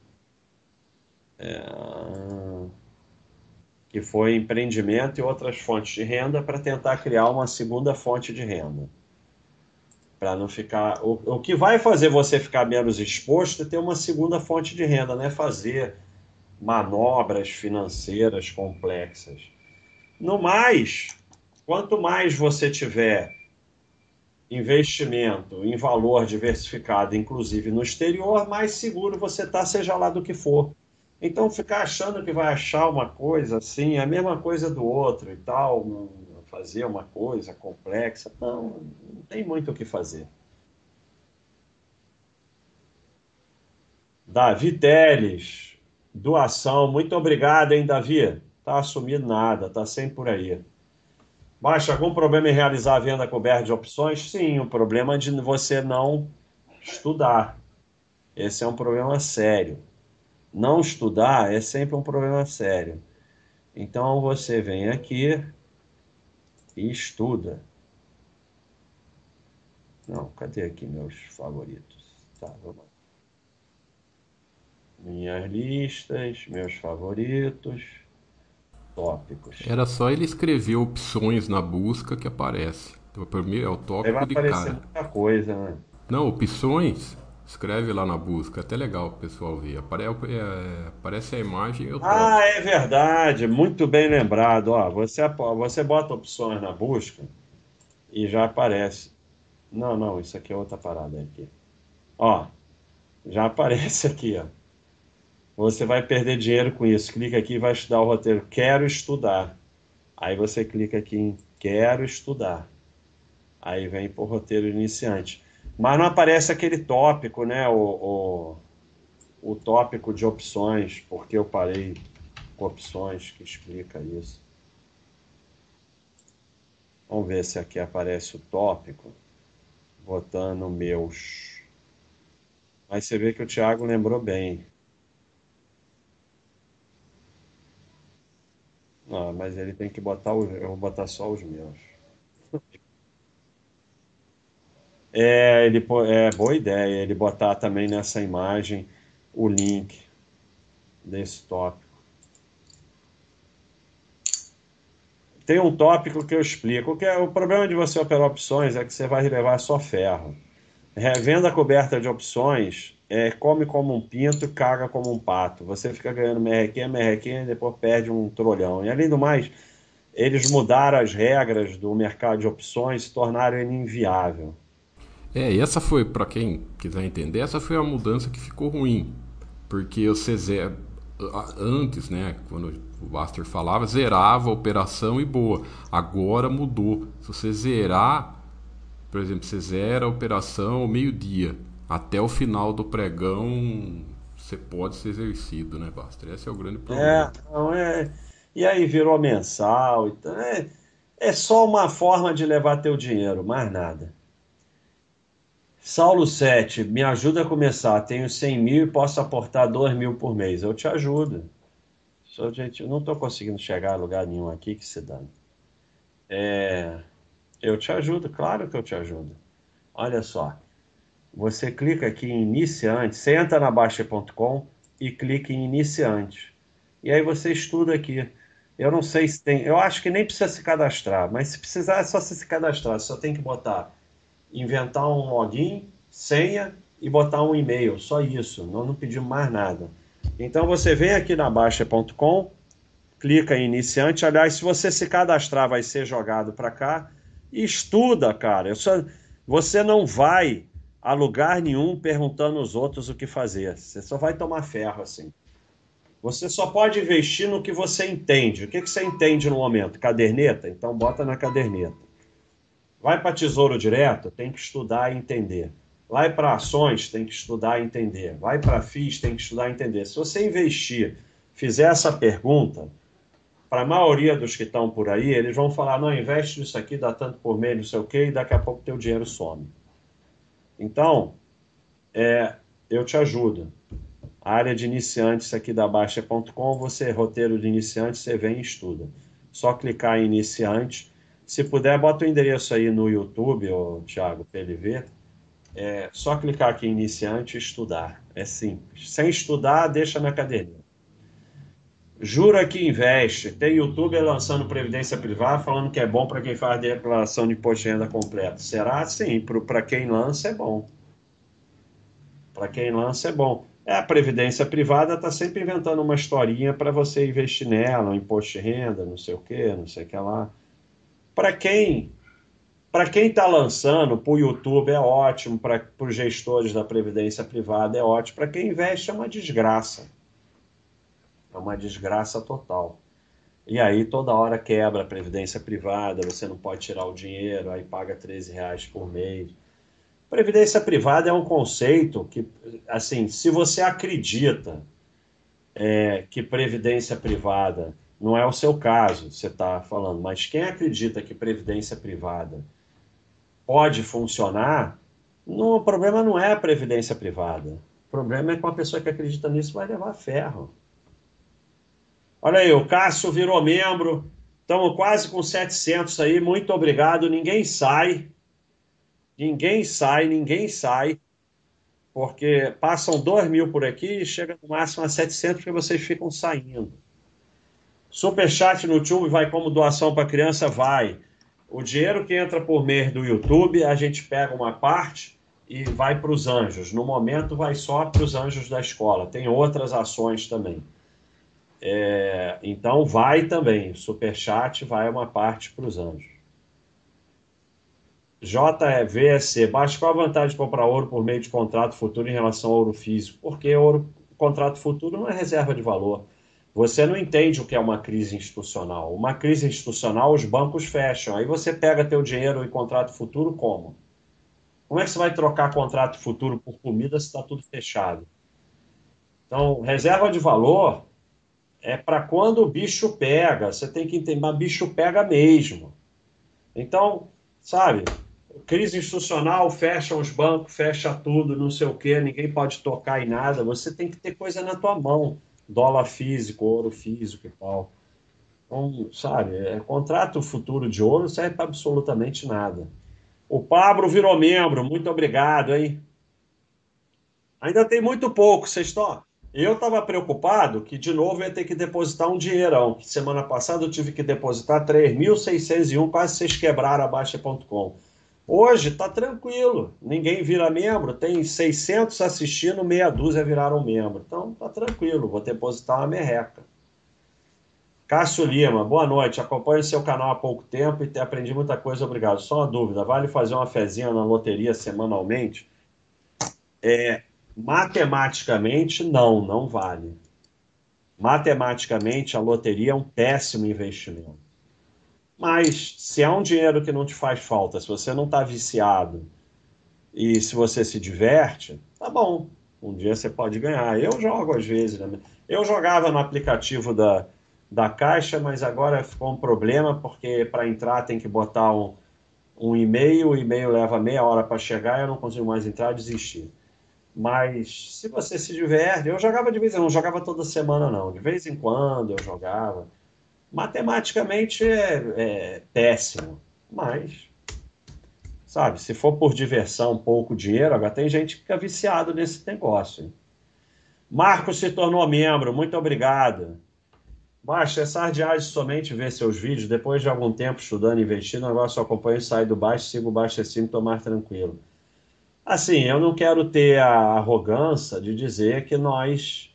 que foi empreendimento e outras fontes de renda para tentar criar uma segunda fonte de renda. Para não ficar. O, o que vai fazer você ficar menos exposto é ter uma segunda fonte de renda, não é fazer manobras financeiras complexas. No mais, quanto mais você tiver investimento em valor diversificado, inclusive no exterior, mais seguro você está, seja lá do que for. Então, ficar achando que vai achar uma coisa assim, é a mesma coisa do outro e tal, fazer uma coisa complexa, não, não tem muito o que fazer. Davi Teles, doação, muito obrigado, hein, Davi? Tá assumido nada, tá sempre por aí. Baixa, algum problema em realizar a venda coberta de opções? Sim, o problema é de você não estudar. Esse é um problema sério. Não estudar é sempre um problema sério. Então você vem aqui e estuda. Não, cadê aqui meus favoritos? Tá, vamos lá. Minhas listas, meus favoritos, tópicos. Era só ele escrever opções na busca que aparece. Então, primeiro é o Aí vai tópico de aparecer cara. muita coisa, né? Não, opções, escreve lá na busca. É até legal o pessoal ver. Apare- é, aparece a imagem e o Ah, tópico. é verdade, muito bem lembrado. Ó, você, apo- você bota opções na busca e já aparece. Não, não, isso aqui é outra parada aqui. Ó, já aparece aqui, ó. Você vai perder dinheiro com isso. Clica aqui e vai estudar o roteiro. Quero estudar. Aí você clica aqui em Quero estudar. Aí vem por roteiro iniciante. Mas não aparece aquele tópico, né? O, o, o tópico de opções, porque eu parei com opções que explica isso. Vamos ver se aqui aparece o tópico, botando meus. Aí você vê que o Thiago lembrou bem. Ah, mas ele tem que botar os. Eu vou botar só os meus. É, ele, pô- é boa ideia ele botar também nessa imagem o link desse tópico. Tem um tópico que eu explico, que é o problema de você operar opções é que você vai levar só ferro. Revenda coberta de opções é come como um pinto, caga como um pato. Você fica ganhando merrequinha, merrequinha e depois perde um trolhão. E além do mais, eles mudaram as regras do mercado de opções, se tornaram ele inviável. É, e essa foi, para quem quiser entender, essa foi a mudança que ficou ruim. Porque você zera, antes, né, quando o Buster falava, zerava a operação e boa. Agora mudou. Se você zerar, por exemplo, você zera a operação ao meio-dia, até o final do pregão, você pode ser exercido, né, Buster? Esse é o grande É, problema. não é. E aí virou mensal. Então é, é só uma forma de levar teu dinheiro, mais nada. Saulo sete, me ajuda a começar. Tenho cem mil e posso aportar dois mil por mês. Eu te ajudo. Só, gente, eu não estou conseguindo chegar a lugar nenhum aqui que se dá. Eu te ajudo, claro que eu te ajudo. Olha só, você clica aqui em iniciante, você entra na Baixa ponto com e clica em iniciante. E aí você estuda aqui. Eu não sei se tem, eu acho que nem precisa se cadastrar, mas se precisar é só você se cadastrar. Você só tem que botar, inventar um login, senha e botar um e-mail. Só isso, nós não pedimos mais nada. Então você vem aqui na Baixa ponto com, clica em iniciante. Aliás, se você se cadastrar, vai ser jogado para cá. E estuda, cara. Eu só- Você não vai a lugar nenhum perguntando aos outros o que fazer. Você só vai tomar ferro assim. Você só pode investir no que você entende. O que que você entende no momento? Caderneta? Então bota na caderneta. Vai para Tesouro Direto? Tem que estudar e entender. Vai para ações? Tem que estudar e entender. Vai para F I Is? Tem que estudar e entender. Se você investir, fizer essa pergunta, para a maioria dos que estão por aí, eles vão falar, não, investe nisso aqui, dá tanto por mês, não sei o quê, e daqui a pouco teu dinheiro some. Então, é, eu te ajudo. A área de iniciantes aqui da Baixa ponto com, você, roteiro de iniciantes, você vem e estuda. Só clicar em iniciante. Se puder, bota o endereço aí no YouTube, ô, Thiago, para ele ver. É só clicar aqui em iniciante e estudar. É simples. Sem estudar, deixa na caderneta. Jura que investe. Tem YouTube lançando previdência privada, falando que é bom para quem faz declaração de imposto de renda completa. Será? Sim. Para quem lança, é bom. Para quem lança, é bom. É, a previdência privada está sempre inventando uma historinha para você investir nela, um imposto de renda, não sei o quê, não sei o que lá. Para quem para quem está lançando, para o YouTube é ótimo, para os gestores da previdência privada é ótimo, para quem investe é uma desgraça. É uma desgraça total. E aí toda hora quebra a previdência privada, você não pode tirar o dinheiro, aí paga treze reais por mês. Previdência privada é um conceito que, assim, se você acredita é, que previdência privada não é o seu caso, você está falando, mas quem acredita que previdência privada pode funcionar, não, o problema não é a previdência privada. O problema é que uma pessoa que acredita nisso vai levar ferro. Olha aí, o Cássio virou membro, estamos quase com setecentos aí, muito obrigado. Ninguém sai, ninguém sai, ninguém sai, porque passam dois mil por aqui e chega no máximo a setecentos porque vocês ficam saindo. Superchat no YouTube vai como doação para criança? Vai. O dinheiro que entra por mês do YouTube, a gente pega uma parte e vai para os anjos. No momento, vai só para os anjos da escola. Tem outras ações também. É, então, vai também. Superchat vai uma parte para os anjos. J V S C. Baixa, qual a vantagem de comprar ouro por meio de contrato futuro em relação ao ouro físico? Porque ouro, contrato futuro não é reserva de valor. Você não entende o que é uma crise institucional. Uma crise institucional, os bancos fecham. Aí você pega teu dinheiro em contrato futuro como? Como é que você vai trocar contrato futuro por comida se está tudo fechado? Então, reserva de valor é para quando o bicho pega. Você tem que entender, mas bicho pega mesmo. Então, sabe, crise institucional, fecha os bancos, fecha tudo, não sei o quê, ninguém pode tocar em nada. Você tem que ter coisa na tua mão. Dólar físico, ouro físico e tal. Então, sabe, é, contrato futuro de ouro serve para absolutamente nada. O Pablo virou membro, muito obrigado, hein? Ainda tem muito pouco, vocês estão. Eu estava preocupado que, de novo, eu ia ter que depositar um dinheirão. Que semana passada eu tive que depositar três mil seiscentos e um, quase vocês quebraram a Baixa ponto com. Hoje está tranquilo, ninguém vira membro, tem seiscentos assistindo, meia dúzia viraram membro. Então está tranquilo, vou depositar uma merreca. Cássio Lima, boa noite. Acompanho seu canal há pouco tempo e aprendi muita coisa, obrigado. Só uma dúvida: vale fazer uma fezinha na loteria semanalmente? É, matematicamente, não, não vale. Matematicamente, a loteria é um péssimo investimento. Mas se é um dinheiro que não te faz falta, se você não está viciado e se você se diverte, tá bom. Um dia você pode ganhar. Eu jogo às vezes, né? Eu jogava no aplicativo da, da Caixa, mas agora ficou um problema, porque para entrar tem que botar um, um e-mail, o e-mail leva meia hora para chegar, eu não consigo mais entrar, desisti. Mas se você se diverte, eu jogava de vez em quando, não jogava toda semana não, de vez em quando eu jogava. Matematicamente é, é péssimo, mas, sabe, se for por diversão, pouco dinheiro, agora tem gente que fica viciado nesse negócio, hein? Marco se tornou membro, muito obrigado. Baixa, é sardiagem somente ver seus vídeos. Depois de algum tempo estudando e investindo, agora só acompanho e saio do baixo, sigo o baixo assim, estou mais tranquilo. Assim, eu não quero ter a arrogância de dizer que nós,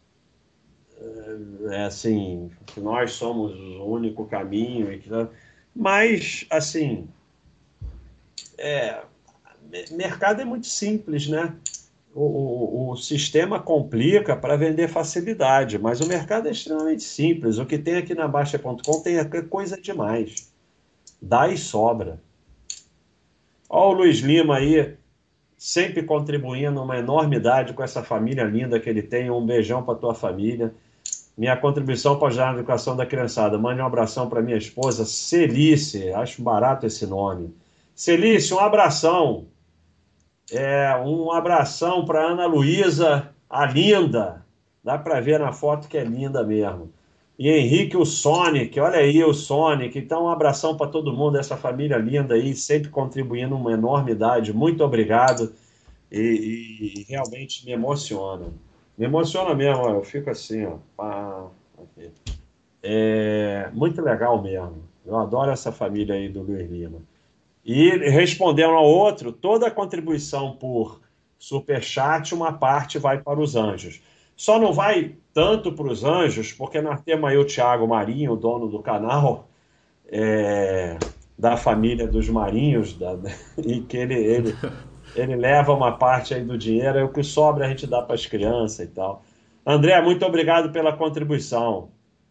é assim, que nós somos o único caminho, e que, mas, assim, mercado é muito simples, né? O, o, o sistema complica para vender facilidade, mas o mercado é extremamente simples. O que tem aqui na Baixa ponto com tem coisa demais. Dá e sobra. Olha o Luiz Lima aí, sempre contribuindo uma enormidade com essa família linda que ele tem. Um beijão para tua família. Minha contribuição para ajudar na educação da criançada. Mande um abração para minha esposa, Celice. Acho barato esse nome. Celice, um abração. É, um abração para Ana Luísa, a linda. Dá para ver na foto que é linda mesmo. E Henrique, o Sonic. Olha aí o Sonic. Então, um abração para todo mundo, essa família linda aí, sempre contribuindo uma enormidade. Muito obrigado. E, e- e realmente me emociona. Me emociona mesmo, ó, eu fico assim, ó. Pá, aqui. É muito legal mesmo. Eu adoro essa família aí do Luiz Lima. E respondendo ao outro, toda a contribuição por superchat, uma parte vai para os anjos. Só não vai tanto para os anjos, porque nós temos aí o Thiago Marinho, o dono do canal, é, da família dos Marinhos, da- e que ele, ele, ele leva uma parte aí do dinheiro, e o que sobra a gente dá para as crianças e tal. André, muito obrigado pela contribuição.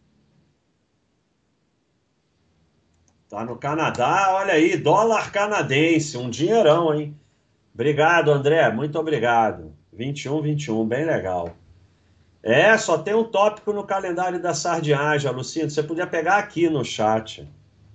Tá no Canadá, olha aí, dólar canadense, um dinheirão, hein? Obrigado, André, muito obrigado. vinte e um, vinte e um, bem legal. É, só tem um tópico no calendário da sardinhagem, Lucindo. Você podia pegar aqui no chat.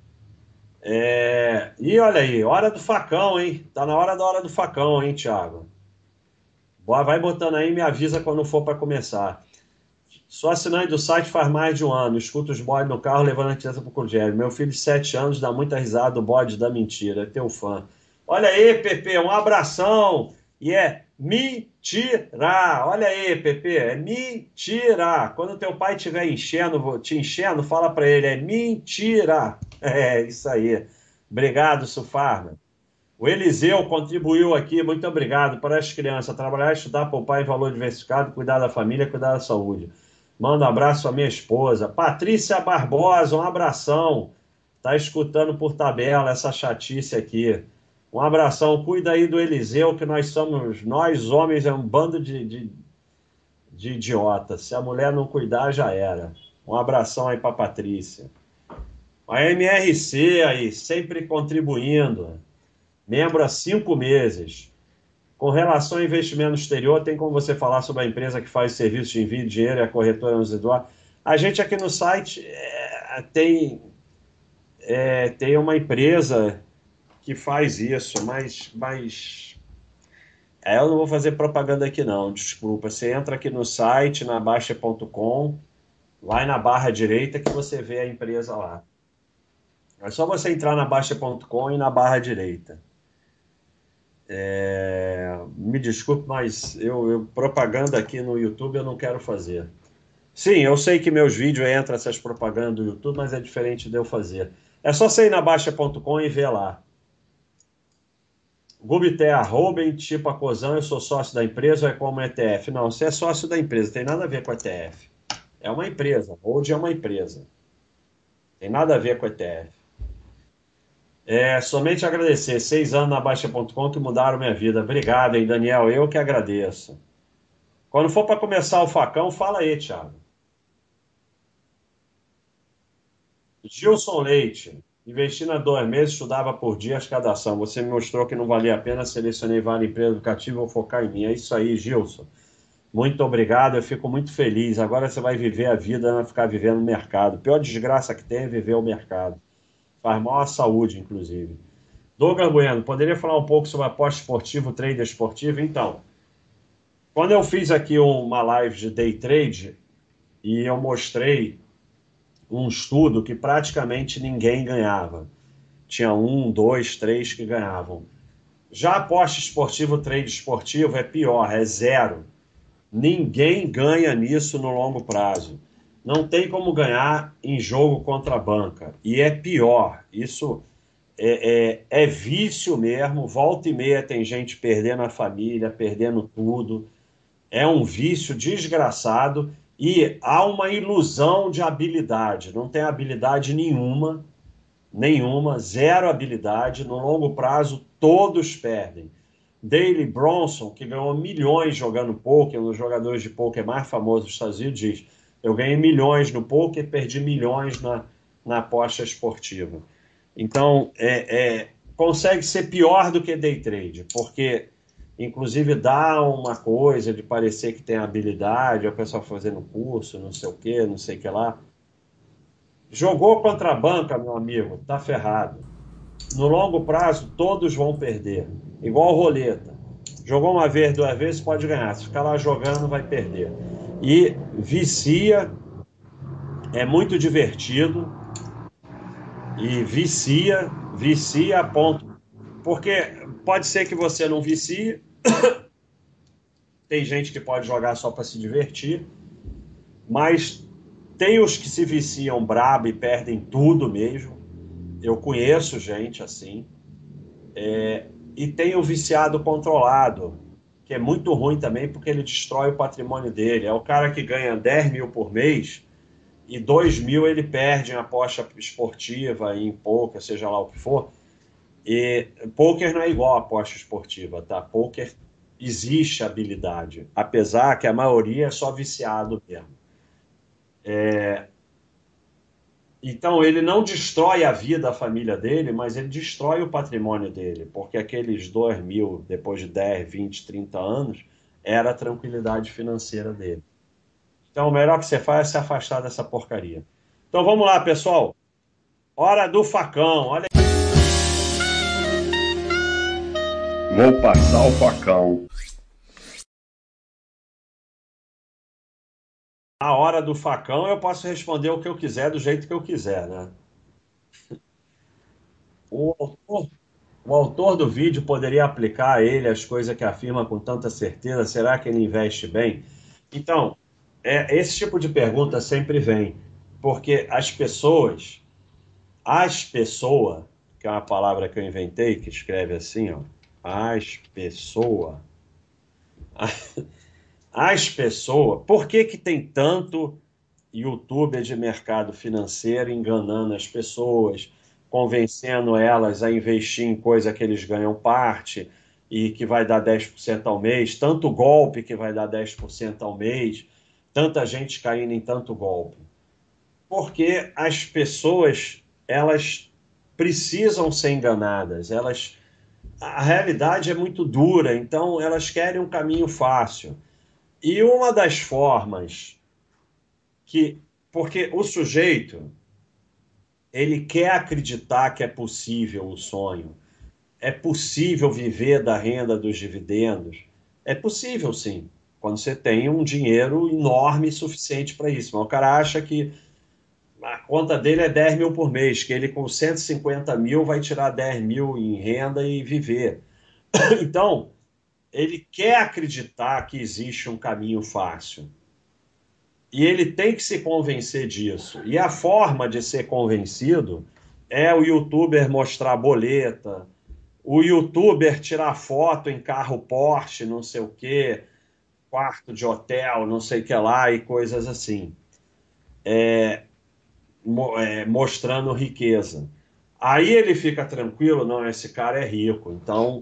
É, e olha aí, hora do facão, hein? Tá na hora da hora do facão, hein, Thiago? Boa, vai botando aí e me avisa quando for para começar. Sou assinante do site faz mais de um ano. Escuto os bodes no carro levando a criança pro Cogério. Meu filho de sete anos dá muita risada do bode da mentira. É teu fã. Olha aí, Pepe, um abração. E é mentira. Olha aí, Pepe, é mentira. Quando teu pai estiver enchendo, te enchendo, fala para ele, é mentira. É isso aí. Obrigado, Sufarma. O Eliseu contribuiu aqui, muito obrigado. Para as crianças, trabalhar, estudar, poupar em valor diversificado, cuidar da família, cuidar da saúde. Manda um abraço à minha esposa. Patrícia Barbosa, um abração. Tá escutando por tabela essa chatice aqui. Um abração. Cuida aí do Eliseu, que nós somos, nós homens, é um bando de, de, de idiotas. Se a mulher não cuidar, já era. Um abração aí para Patrícia. A M R C aí, sempre contribuindo. Membro há cinco meses. Com relação ao investimento no exterior, tem como você falar sobre a empresa que faz serviço de envio de dinheiro e a corretora residual? A gente aqui no site é, tem, é, tem uma empresa que faz isso, mas, mas é, eu não vou fazer propaganda aqui não, desculpa. Você entra aqui no site, na Baixa ponto com, vai na barra direita que você vê a empresa lá. É só você entrar na Baixa ponto com e na barra direita. É, me desculpe, mas eu, eu- propaganda aqui no YouTube eu não quero fazer. Sim, eu sei que meus vídeos entram essas propagandas do YouTube, mas é diferente de eu fazer. É só você ir na Baixa ponto com e ver lá. Gubiter, Ruben, tipo a Cozão, eu sou sócio da empresa ou é como E T F? Não, você é sócio da empresa, tem nada a ver com E T F. É uma empresa, Hold é uma empresa. Tem nada a ver com E T F. É somente agradecer. Seis anos na Baixa ponto com que mudaram minha vida. Obrigado, hein, Daniel? Eu que agradeço. Quando for para começar o facão, fala aí, Thiago. Gilson Leite. Investi na dois meses, estudava por dia a escadação. Você me mostrou que não valia a pena, selecionei várias empresas educativas, vou focar em mim. É isso aí, Gilson. Muito obrigado, eu fico muito feliz. Agora você vai viver a vida, não vai ficar vivendo o mercado. A pior desgraça que tem é viver o mercado. Faz mal à saúde, inclusive. Douglas Bueno, poderia falar um pouco sobre aposta esportiva, trader esportivo? Então, quando eu fiz aqui uma live de day trade e eu mostrei um estudo que praticamente ninguém ganhava. Tinha um, dois, três que ganhavam. Já aposta esportiva, trade esportivo é pior, é zero. Ninguém ganha nisso no longo prazo. Não tem como ganhar em jogo contra a banca. E é pior. Isso é, é, é vício mesmo. Volta e meia tem gente perdendo a família, perdendo tudo. É um vício desgraçado e há uma ilusão de habilidade. Não tem habilidade nenhuma, nenhuma, zero habilidade. No longo prazo, todos perdem. Daley Bronson, que ganhou milhões jogando poker, um dos jogadores de poker mais famosos dos Estados Unidos, diz: eu ganhei milhões no poker, perdi milhões na, na aposta esportiva. Então, é, é, consegue ser pior do que day trade, porque, inclusive, dá uma coisa de parecer que tem habilidade, o pessoal fazendo curso, não sei o que, não sei o que lá. Jogou contra a banca, meu amigo, tá ferrado. No longo prazo, todos vão perder. Igual roleta. Jogou uma vez, duas vezes, pode ganhar. Se ficar lá jogando, vai perder. E vicia, é muito divertido. E vicia, vicia a ponto. Porque pode ser que você não vicie. Tem gente que pode jogar só para se divertir. Mas tem os que se viciam brabo e perdem tudo mesmo. Eu conheço gente assim. E tem o viciado controlado, que é muito ruim também, porque ele destrói o patrimônio dele. É o cara que ganha dez mil por mês e dois mil ele perde em aposta esportiva, em poker, seja lá o que for. E poker não é igual a aposta esportiva, tá? Poker existe habilidade, apesar que a maioria é só viciado mesmo. Então, ele não destrói a vida da família dele, mas ele destrói o patrimônio dele, porque aqueles dois mil, depois de dez, vinte, trinta anos, era a tranquilidade financeira dele. Então, o melhor que você faz é se afastar dessa porcaria. Então, vamos lá, pessoal. Hora do facão. Olha Vou passar o facão. a hora do facão, eu posso responder o que eu quiser, do jeito que eu quiser, né? O autor, o autor do vídeo poderia aplicar a ele as coisas que afirma com tanta certeza. Será que ele investe bem? Então, é, esse tipo de pergunta sempre vem, porque as pessoas, as pessoas, que é uma palavra que eu inventei, que escreve assim, ó, as pessoas, as pessoas, por que que tem tanto youtuber de mercado financeiro enganando as pessoas, convencendo elas a investir em coisa que eles ganham parte e que vai dar dez por cento ao mês, tanto golpe que vai dar dez por cento ao mês, tanta gente caindo em tanto golpe? Porque as pessoas, elas precisam ser enganadas, elas a realidade é muito dura, então elas querem um caminho fácil. E uma das formas que, porque o sujeito, ele quer acreditar que é possível o sonho, é possível viver da renda dos dividendos, é possível sim, quando você tem um dinheiro enorme suficiente para isso. Mas o cara acha que a conta dele é dez mil por mês, que ele com cento e cinquenta mil vai tirar dez mil em renda e viver. Então, ele quer acreditar que existe um caminho fácil. E ele tem que se convencer disso. E a forma de ser convencido é o youtuber mostrar boleta, o youtuber tirar foto em carro Porsche, não sei o quê, quarto de hotel, não sei o que lá, e coisas assim, mo- é, mostrando riqueza. Aí ele fica tranquilo, não, esse cara é rico, então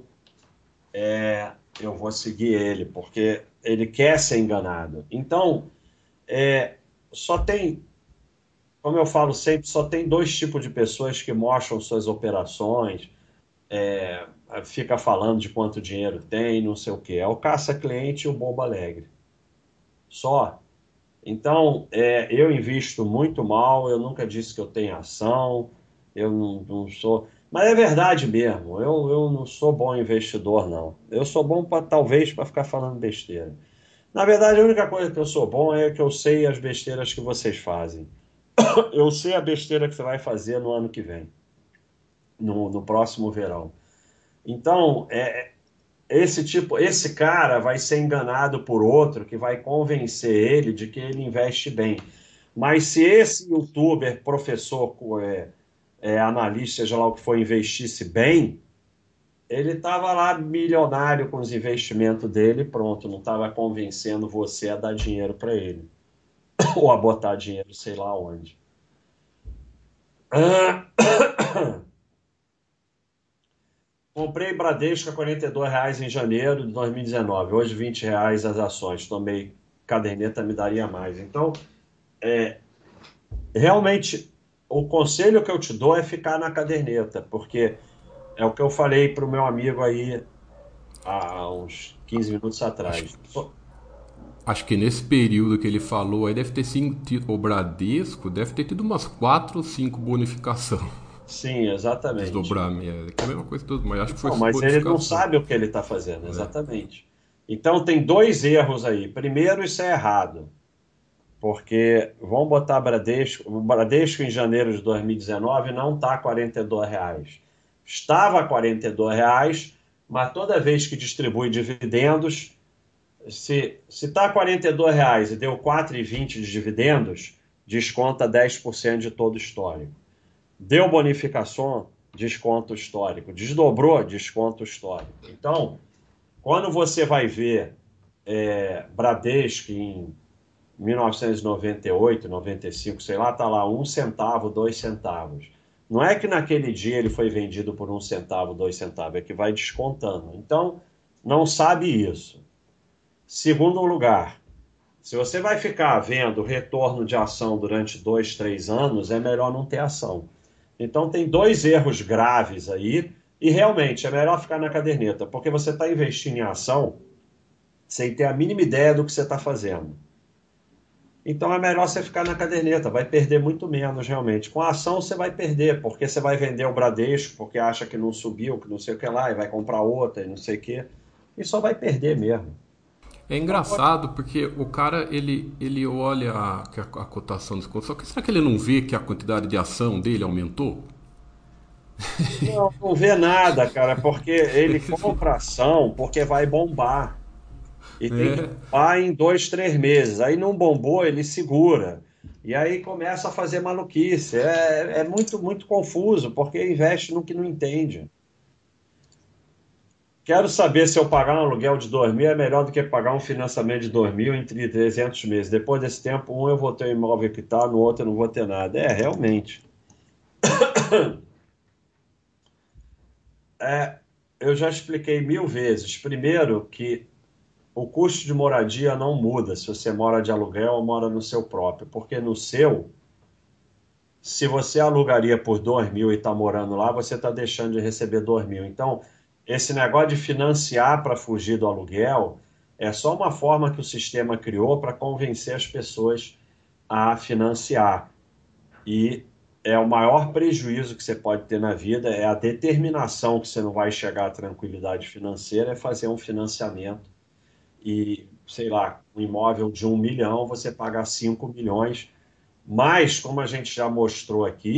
eu vou seguir ele, porque ele quer ser enganado. Então, é, só tem, como eu falo sempre, só tem dois tipos de pessoas que mostram suas operações, fica falando de quanto dinheiro tem, não sei o quê. É o caça-cliente e o bobo alegre. Só. Então, é, eu invisto muito mal, eu nunca disse que eu tenho ação, eu não, não sou. Mas é verdade mesmo, eu, eu não sou bom investidor, não. Eu sou bom para talvez para ficar falando besteira. Na verdade, a única coisa que eu sou bom é que eu sei as besteiras que vocês fazem. Eu sei a besteira que você vai fazer no ano que vem, no, no próximo verão. Então, é, esse tipo, esse cara vai ser enganado por outro que vai convencer ele de que ele investe bem. Mas se esse youtuber, professor, é, é, analista, seja lá o que for, investisse bem, ele estava lá milionário com os investimentos dele, pronto, não estava convencendo você a dar dinheiro para ele ou a botar dinheiro sei lá onde. Ah, comprei Bradesco a quarenta e dois reais em janeiro de dois mil e dezenove. Hoje vinte reais as ações. Tomei caderneta, me daria mais. Então, é, realmente, o conselho que eu te dou é ficar na caderneta, porque é o que eu falei para o meu amigo aí há uns quinze minutos Acho, atrás. acho que nesse período que ele falou aí deve ter sido o Bradesco, deve ter tido umas quatro ou cinco bonificação. Sim, exatamente. Desdobramento. Que é a mesma coisa tudo, mas acho que foi Não, mas ele não bonificação. sabe o que ele está fazendo, É. exatamente. Então tem dois erros aí. Primeiro, isso é errado, porque vamos botar Bradesco. O Bradesco em janeiro de dois mil e dezenove não está a quarenta e dois reais. Estava a quarenta e dois reais, mas toda vez que distribui dividendos, se está a quarenta e dois reais e deu quatro e vinte de dividendos, desconta dez por cento de todo o histórico. Deu bonificação, desconto histórico. Desdobrou, desconto histórico. Então, quando você vai ver é, Bradesco em mil novecentos e noventa e oito, noventa e cinco, sei lá, tá lá um centavo, dois centavos. Não é que naquele dia ele foi vendido por um centavo, dois centavos, é que vai descontando. Então, não sabe isso. Segundo lugar, se você vai ficar vendo retorno de ação durante dois, três anos, é melhor não ter ação. Então, tem dois erros graves aí, e realmente é melhor ficar na caderneta, porque você está investindo em ação sem ter a mínima ideia do que você está fazendo. Então, é melhor você ficar na caderneta, vai perder muito menos realmente. Com a ação, você vai perder, porque você vai vender o Bradesco, porque acha que não subiu, que não sei o que lá, e vai comprar outra, e não sei o que, e só vai perder mesmo. É engraçado porque o cara ele, ele olha a, a, a cotação dos contos, só que será que ele não vê que a quantidade de ação dele aumentou? Não, não vê nada, cara, porque ele compra ação porque vai bombar. E tem que É, bombar em dois, três meses. Aí não bombou, ele segura. E aí começa a fazer maluquice. É, é muito, muito confuso, porque investe no que não entende. Quero saber se eu pagar um aluguel de dois mil é melhor do que pagar um financiamento de dois mil entre trezentos meses. Depois desse tempo, um eu vou ter o imóvel quitado, no outro eu não vou ter nada. É, realmente. É, eu já expliquei mil vezes. Primeiro, que o custo de moradia não muda se você mora de aluguel ou mora no seu próprio, porque no seu, se você alugaria por dois mil e está morando lá, você está deixando de receber dois mil. Então, esse negócio de financiar para fugir do aluguel é só uma forma que o sistema criou para convencer as pessoas a financiar. E é o maior prejuízo que você pode ter na vida, é a determinação que você não vai chegar à tranquilidade financeira, é fazer um financiamento e, sei lá, um imóvel de um milhão, você pagar cinco milhões. Mas, como a gente já mostrou aqui,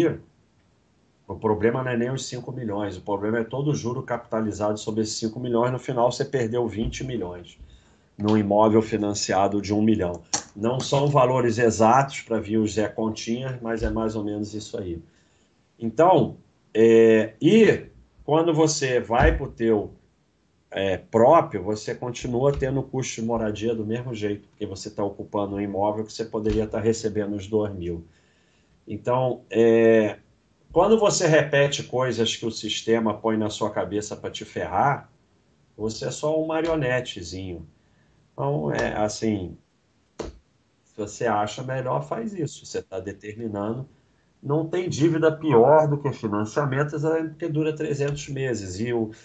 o problema não é nem os cinco milhões, o problema é todo o juro capitalizado sobre esses cinco milhões. No final, você perdeu vinte milhões num imóvel financiado de um milhão. Não são valores exatos para vir o Zé Continha, mas é mais ou menos isso aí. Então, é, e quando você vai para o teu é, próprio, você continua tendo custo de moradia do mesmo jeito, porque você está ocupando um imóvel que você poderia estar recebendo os dois mil. Então, é, quando você repete coisas que o sistema põe na sua cabeça para te ferrar, você é só um marionetezinho. Então, é assim, se você acha melhor, faz isso. Você está determinando. Não tem dívida pior do que financiamento, exatamente porque dura trezentos meses. E o,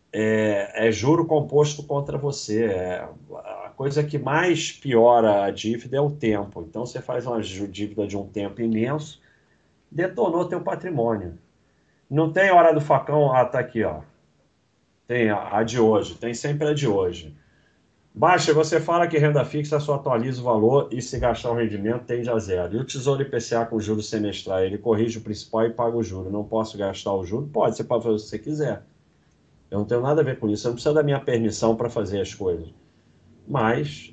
é, é juro composto contra você. É, a coisa que mais piora a dívida é o tempo. Então, você faz uma dívida de um tempo imenso, detonou teu patrimônio. Não tem hora do facão, ah, tá aqui, ó. Tem a, a de hoje, tem sempre a de hoje. Baixa, você fala que renda fixa só atualiza o valor e se gastar o rendimento tende a zero. E o Tesouro I P C A com juros semestrais, ele corrige o principal e paga o juro. Não posso gastar o juro? Pode, você pode fazer o que você quiser. Eu não tenho nada a ver com isso, eu não preciso da minha permissão para fazer as coisas. Mas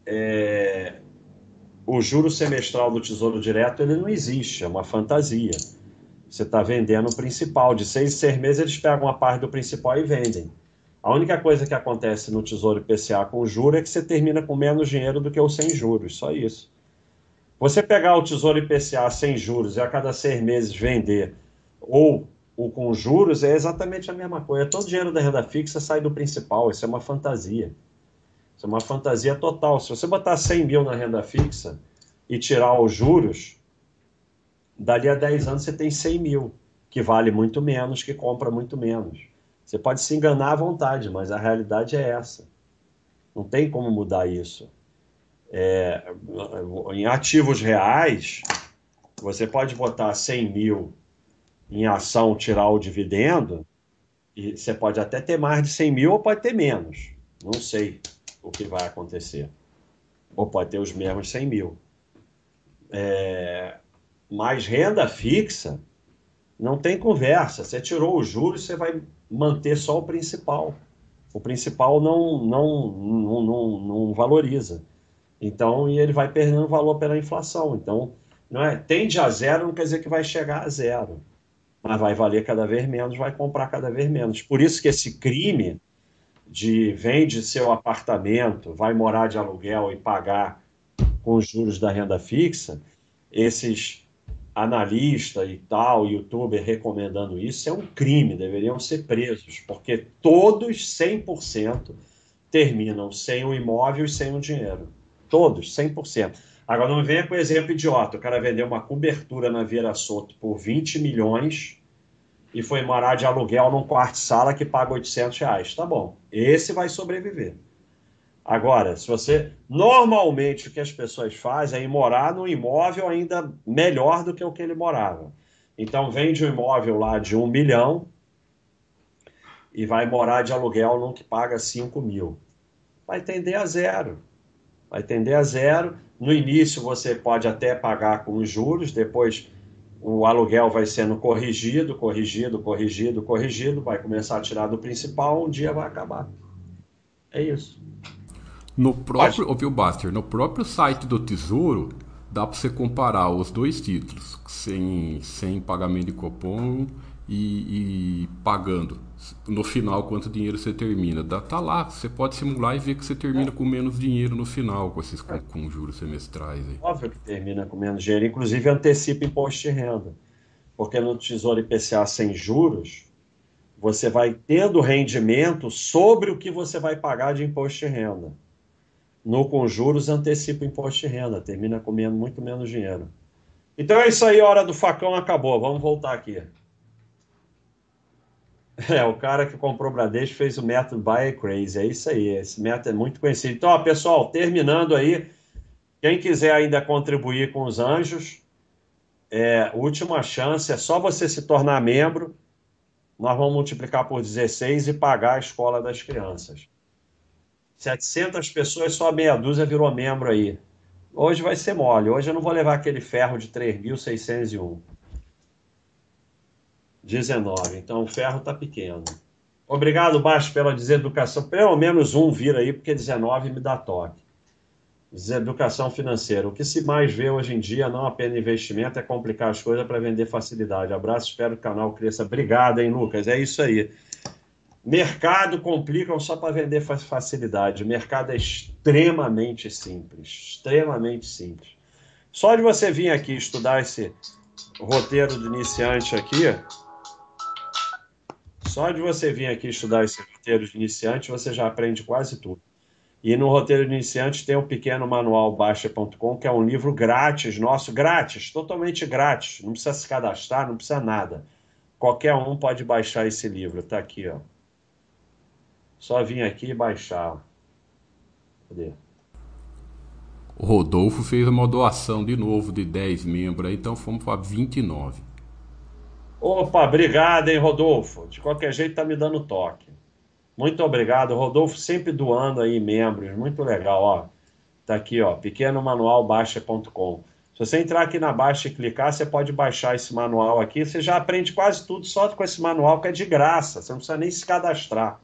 é, o juro semestral do Tesouro Direto, ele não existe, é uma fantasia. Você está vendendo o principal. De seis em seis meses, eles pegam uma parte do principal e vendem. A única coisa que acontece no Tesouro I P C A com juros é que você termina com menos dinheiro do que o sem juros, só isso. Você pegar o Tesouro I P C A sem juros e a cada seis meses vender, ou o com juros é exatamente a mesma coisa. Todo dinheiro da renda fixa sai do principal, isso é uma fantasia. Isso é uma fantasia total. Se você botar cem mil na renda fixa e tirar os juros, dali a dez anos você tem cem mil, que vale muito menos, que compra muito menos. Você pode se enganar à vontade, mas a realidade é essa. Não tem como mudar isso. É, em ativos reais, você pode botar cem mil em ação, tirar o dividendo, e você pode até ter mais de cem mil ou pode ter menos. Não sei o que vai acontecer. Ou pode ter os mesmos cem mil. É, mas renda fixa, não tem conversa. Você tirou os juros, você vai manter só o principal. O principal não, não, não, não, não valoriza. Então, e ele vai perdendo valor pela inflação. Então, não é, tende a zero não quer dizer que vai chegar a zero. Mas vai valer cada vez menos, vai comprar cada vez menos. Por isso que esse crime de vende seu apartamento, vai morar de aluguel e pagar com os juros da renda fixa, esses analistas e tal, youtuber recomendando isso, é um crime, deveriam ser presos, porque todos, cem por cento, terminam sem o imóvel e sem o dinheiro. Todos, cem por cento. Agora não venha com exemplo idiota, o cara vendeu uma cobertura na Vieira Soto por vinte milhões e foi morar de aluguel num quarto-sala que paga oitocentos reais. Tá bom, esse vai sobreviver. Agora, se você... Normalmente, o que as pessoas fazem é ir morar num imóvel ainda melhor do que o que ele morava. Então, vende um imóvel lá de um milhão e vai morar de aluguel num que paga cinco mil. Vai tender a zero. Vai tender a zero. No início, você pode até pagar com os juros, depois o aluguel vai sendo corrigido, corrigido, corrigido, corrigido, vai começar a tirar do principal, um dia vai acabar. É isso. No Pode. próprio, ouviu, Baster, no próprio site do Tesouro, dá para você comparar os dois títulos, sem, sem pagamento de cupom e, e pagando. No final, quanto dinheiro você termina. Dá, tá lá, você pode simular e ver que você termina com menos dinheiro no final, com esses com, com juros semestrais aí. Óbvio que termina com menos dinheiro, inclusive antecipa imposto de renda. Porque no Tesouro I P C A sem juros, você vai tendo rendimento sobre o que você vai pagar de imposto de renda. No com juros, antecipa o imposto de renda, termina comendo muito menos dinheiro. Então é isso aí, a hora do facão acabou. Vamos voltar aqui. É, o cara que comprou o Bradesco fez o método Buy Crazy. É isso aí, esse método é muito conhecido. Então, ó, pessoal, terminando aí, quem quiser ainda contribuir com os anjos, é, última chance, é só você se tornar membro. Nós vamos multiplicar por dezesseis e pagar a escola das crianças. setecentas pessoas, só meia dúzia virou membro aí. Hoje vai ser mole. Hoje eu não vou levar aquele ferro de três mil seiscentos e um. dezenove. Então o ferro está pequeno. Obrigado, Baixo, pela deseducação. Pelo menos um vira aí, porque dezenove me dá toque. Deseducação financeira. O que se mais vê hoje em dia, não apenas investimento, é complicar as coisas para vender facilidade. Abraço, espero que o canal cresça. Obrigado, hein, Lucas? É isso aí. Mercado complicam só para vender facilidade. O mercado é extremamente simples. Extremamente simples. Só de você vir aqui estudar esse roteiro de iniciante aqui, só de você vir aqui estudar esse roteiro de iniciante, você já aprende quase tudo. E no roteiro de iniciante tem o pequeno manual Baixa ponto com, que é um livro grátis, nosso, grátis, totalmente grátis. Não precisa se cadastrar, não precisa nada. Qualquer um pode baixar esse livro. Está aqui, ó. Só vir aqui e baixar. Cadê? O Rodolfo fez uma doação de novo de dez membros, então fomos para vinte e nove. Opa, obrigado, hein, Rodolfo. De qualquer jeito, tá me dando toque. Muito obrigado, Rodolfo, sempre doando aí membros. Muito legal, ó. Tá aqui, ó, pequeno manual Baixa ponto com. Se você entrar aqui na Baixa e clicar, você pode baixar esse manual aqui. Você já aprende quase tudo só com esse manual, que é de graça. Você não precisa nem se cadastrar.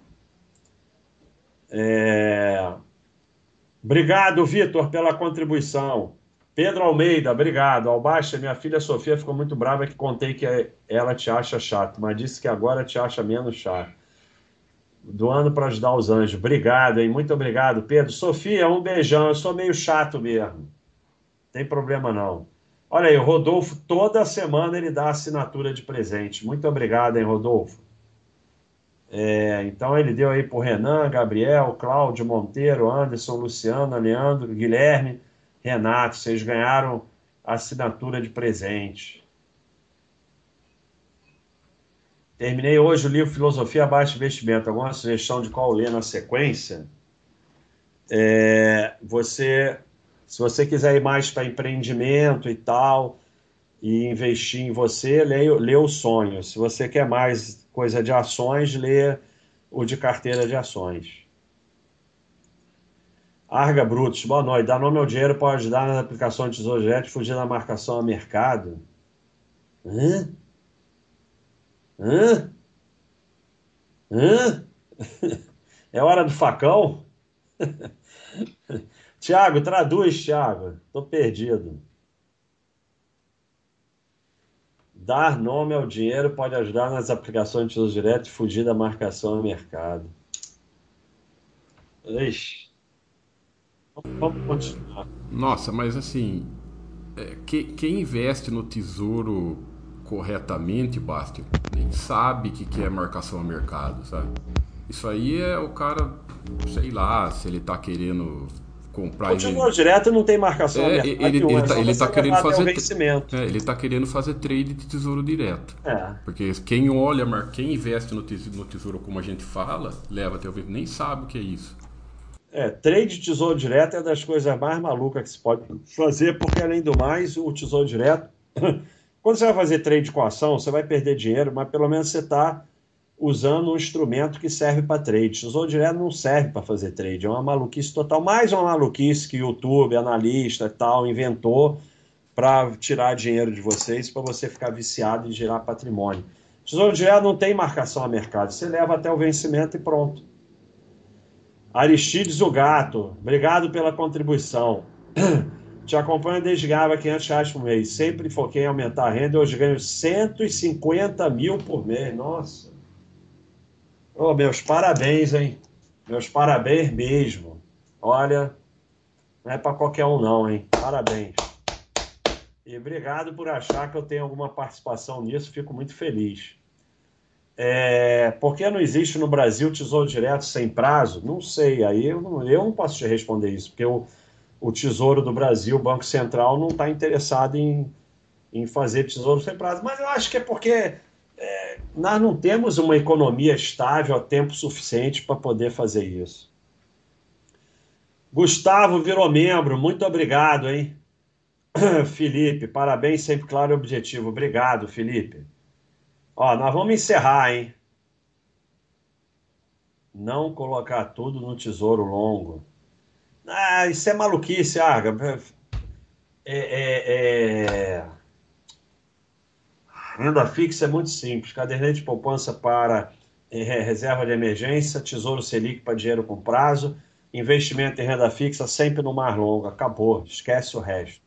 É... Obrigado, Vitor, pela contribuição. Pedro Almeida, obrigado. Albaixa, minha filha Sofia ficou muito brava que contei que ela te acha chato, mas disse que agora te acha menos chato. Doando para ajudar os anjos. Obrigado, hein? Muito obrigado, Pedro. Sofia, um beijão. Eu sou meio chato mesmo. Não tem problema, não. Olha aí, o Rodolfo, toda semana ele dá assinatura de presente. Muito obrigado, hein, Rodolfo? É, então ele deu aí pro Renan, Gabriel, Cláudio, Monteiro, Anderson, Luciana, Leandro, Guilherme, Renato. Vocês ganharam assinatura de presente. Terminei hoje o livro Filosofia Abaixo de Investimento. Alguma sugestão de qual ler na sequência? É, você, se você quiser ir mais para empreendimento e tal, e investir em você, lê, lê o Sonho. Se você quer mais coisa de ações, lê o de carteira de ações. Arga Brutos, boa noite. Dar nome ao dinheiro pode ajudar nas aplicações de Tesouro Direto e fugir da marcação a mercado? Hã? Hã? Hã? É hora do facão? Tiago, traduz, Tiago. Tô perdido. Dar nome ao dinheiro pode ajudar nas aplicações de Tesouro Direto e fugir da marcação a mercado. Ixi. Vamos continuar. Nossa, mas assim, é, que- quem investe no tesouro corretamente, Basti, nem sabe o que, que é marcação a mercado, sabe? Isso aí é o cara, sei lá, se ele tá querendo comprar O e Tesouro vender. Direto não tem marcação a É, mercado ele, nenhuma, ele, é tá, só ele você tá querendo levar até o fazer. tr- vencimento. É, ele tá querendo fazer trade de tesouro direto. É. Porque quem olha, mar- quem investe no tesouro, no tesouro como a gente fala, leva até o vencimento, nem sabe o que é isso. É, trade de Tesouro Direto é das coisas mais malucas que se pode fazer, porque além do mais, o Tesouro Direto, quando você vai fazer trade com ação, você vai perder dinheiro, mas pelo menos você está usando um instrumento que serve para trade. Tesouro Direto não serve para fazer trade, é uma maluquice total, mais uma maluquice que o YouTube, analista e tal, inventou para tirar dinheiro de vocês, para você ficar viciado e gerar patrimônio. Tesouro Direto não tem marcação a mercado, você leva até o vencimento e pronto. Aristides o Gato, obrigado pela contribuição. Te acompanho desde que ganhava quinhentos reais por mês. Sempre foquei em aumentar a renda e hoje ganho cento e cinquenta mil por mês. Nossa. Ô, meus parabéns, hein? Meus parabéns mesmo. Olha, não é para qualquer um não, hein? Parabéns. E obrigado por achar que eu tenho alguma participação nisso. Fico muito feliz. É, por que não existe no Brasil Tesouro Direto sem prazo? Não sei. Aí eu não, eu não posso te responder isso, porque eu o Tesouro do Brasil, o Banco Central, não está interessado em, em fazer tesouro sem prazo. Mas eu acho que é porque é, nós não temos uma economia estável a tempo suficiente para poder fazer isso. Gustavo virou membro, muito obrigado, hein? Felipe, parabéns, sempre claro e objetivo. Obrigado, Felipe. Ó, nós vamos encerrar, hein? Não colocar tudo no tesouro longo. Ah, isso é maluquice, Arga. É, é, é... Renda fixa é muito simples. Caderneta de poupança para eh, reserva de emergência, Tesouro Selic para dinheiro com prazo, investimento em renda fixa sempre no mais longo. Acabou. Esquece o resto.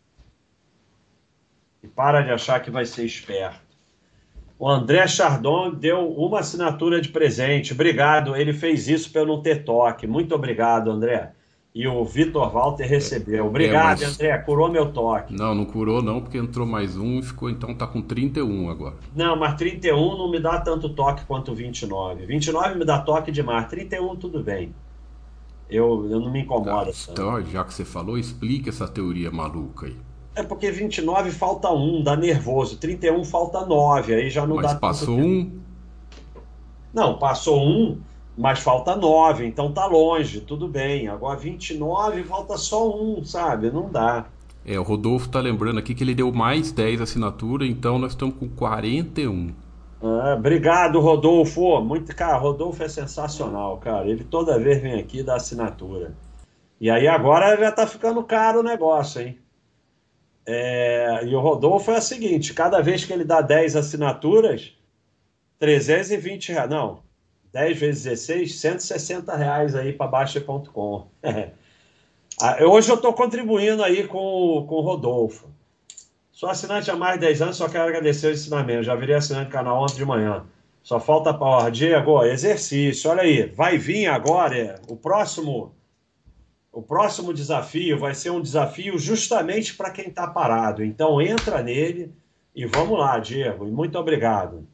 E para de achar que vai ser esperto. O André Chardon deu uma assinatura de presente. Obrigado. Ele fez isso para eu não ter toque. Muito obrigado, André. E o Vitor Walter recebeu. É, Obrigado, mas. André. Curou meu toque. Não, não curou não, porque entrou mais um e ficou, então tá com trinta e um agora. Não, mas trinta e um não me dá tanto toque quanto vinte e nove. vinte e nove me dá toque demais. trinta e um tudo bem. Eu, eu não me Tá, incomoda tanto. então, já que você falou, explica essa teoria maluca aí. É porque vinte e nove falta um, dá nervoso. trinta e um falta nove, aí já não Mas dá tanto passou tempo. um. Não, passou um, mas falta nove, então tá longe, tudo bem. Agora vinte e nove falta só um, sabe? Não dá. É, o Rodolfo tá lembrando aqui que ele deu mais dez assinaturas, então nós estamos com quarenta e um. Ah, obrigado, Rodolfo. Muito, cara, Rodolfo é sensacional, cara. Ele toda vez vem aqui e dá assinatura. E aí agora já tá ficando caro o negócio, hein? É, e o Rodolfo é o seguinte: cada vez que ele dá dez assinaturas, trezentos e vinte reais. Não, dez vezes dezesseis, cento e sessenta reais aí para Baixa ponto com. Hoje eu estou contribuindo aí com, o- com o Rodolfo. Sou assinante há mais de dez anos, só quero agradecer o ensinamento. Já virei assinante do canal ontem de manhã. Só falta para Diego, exercício. Olha aí, vai vir agora é, o próximo. O próximo desafio vai ser um desafio justamente para quem está parado. Então entra nele e vamos lá, Diego. E muito obrigado.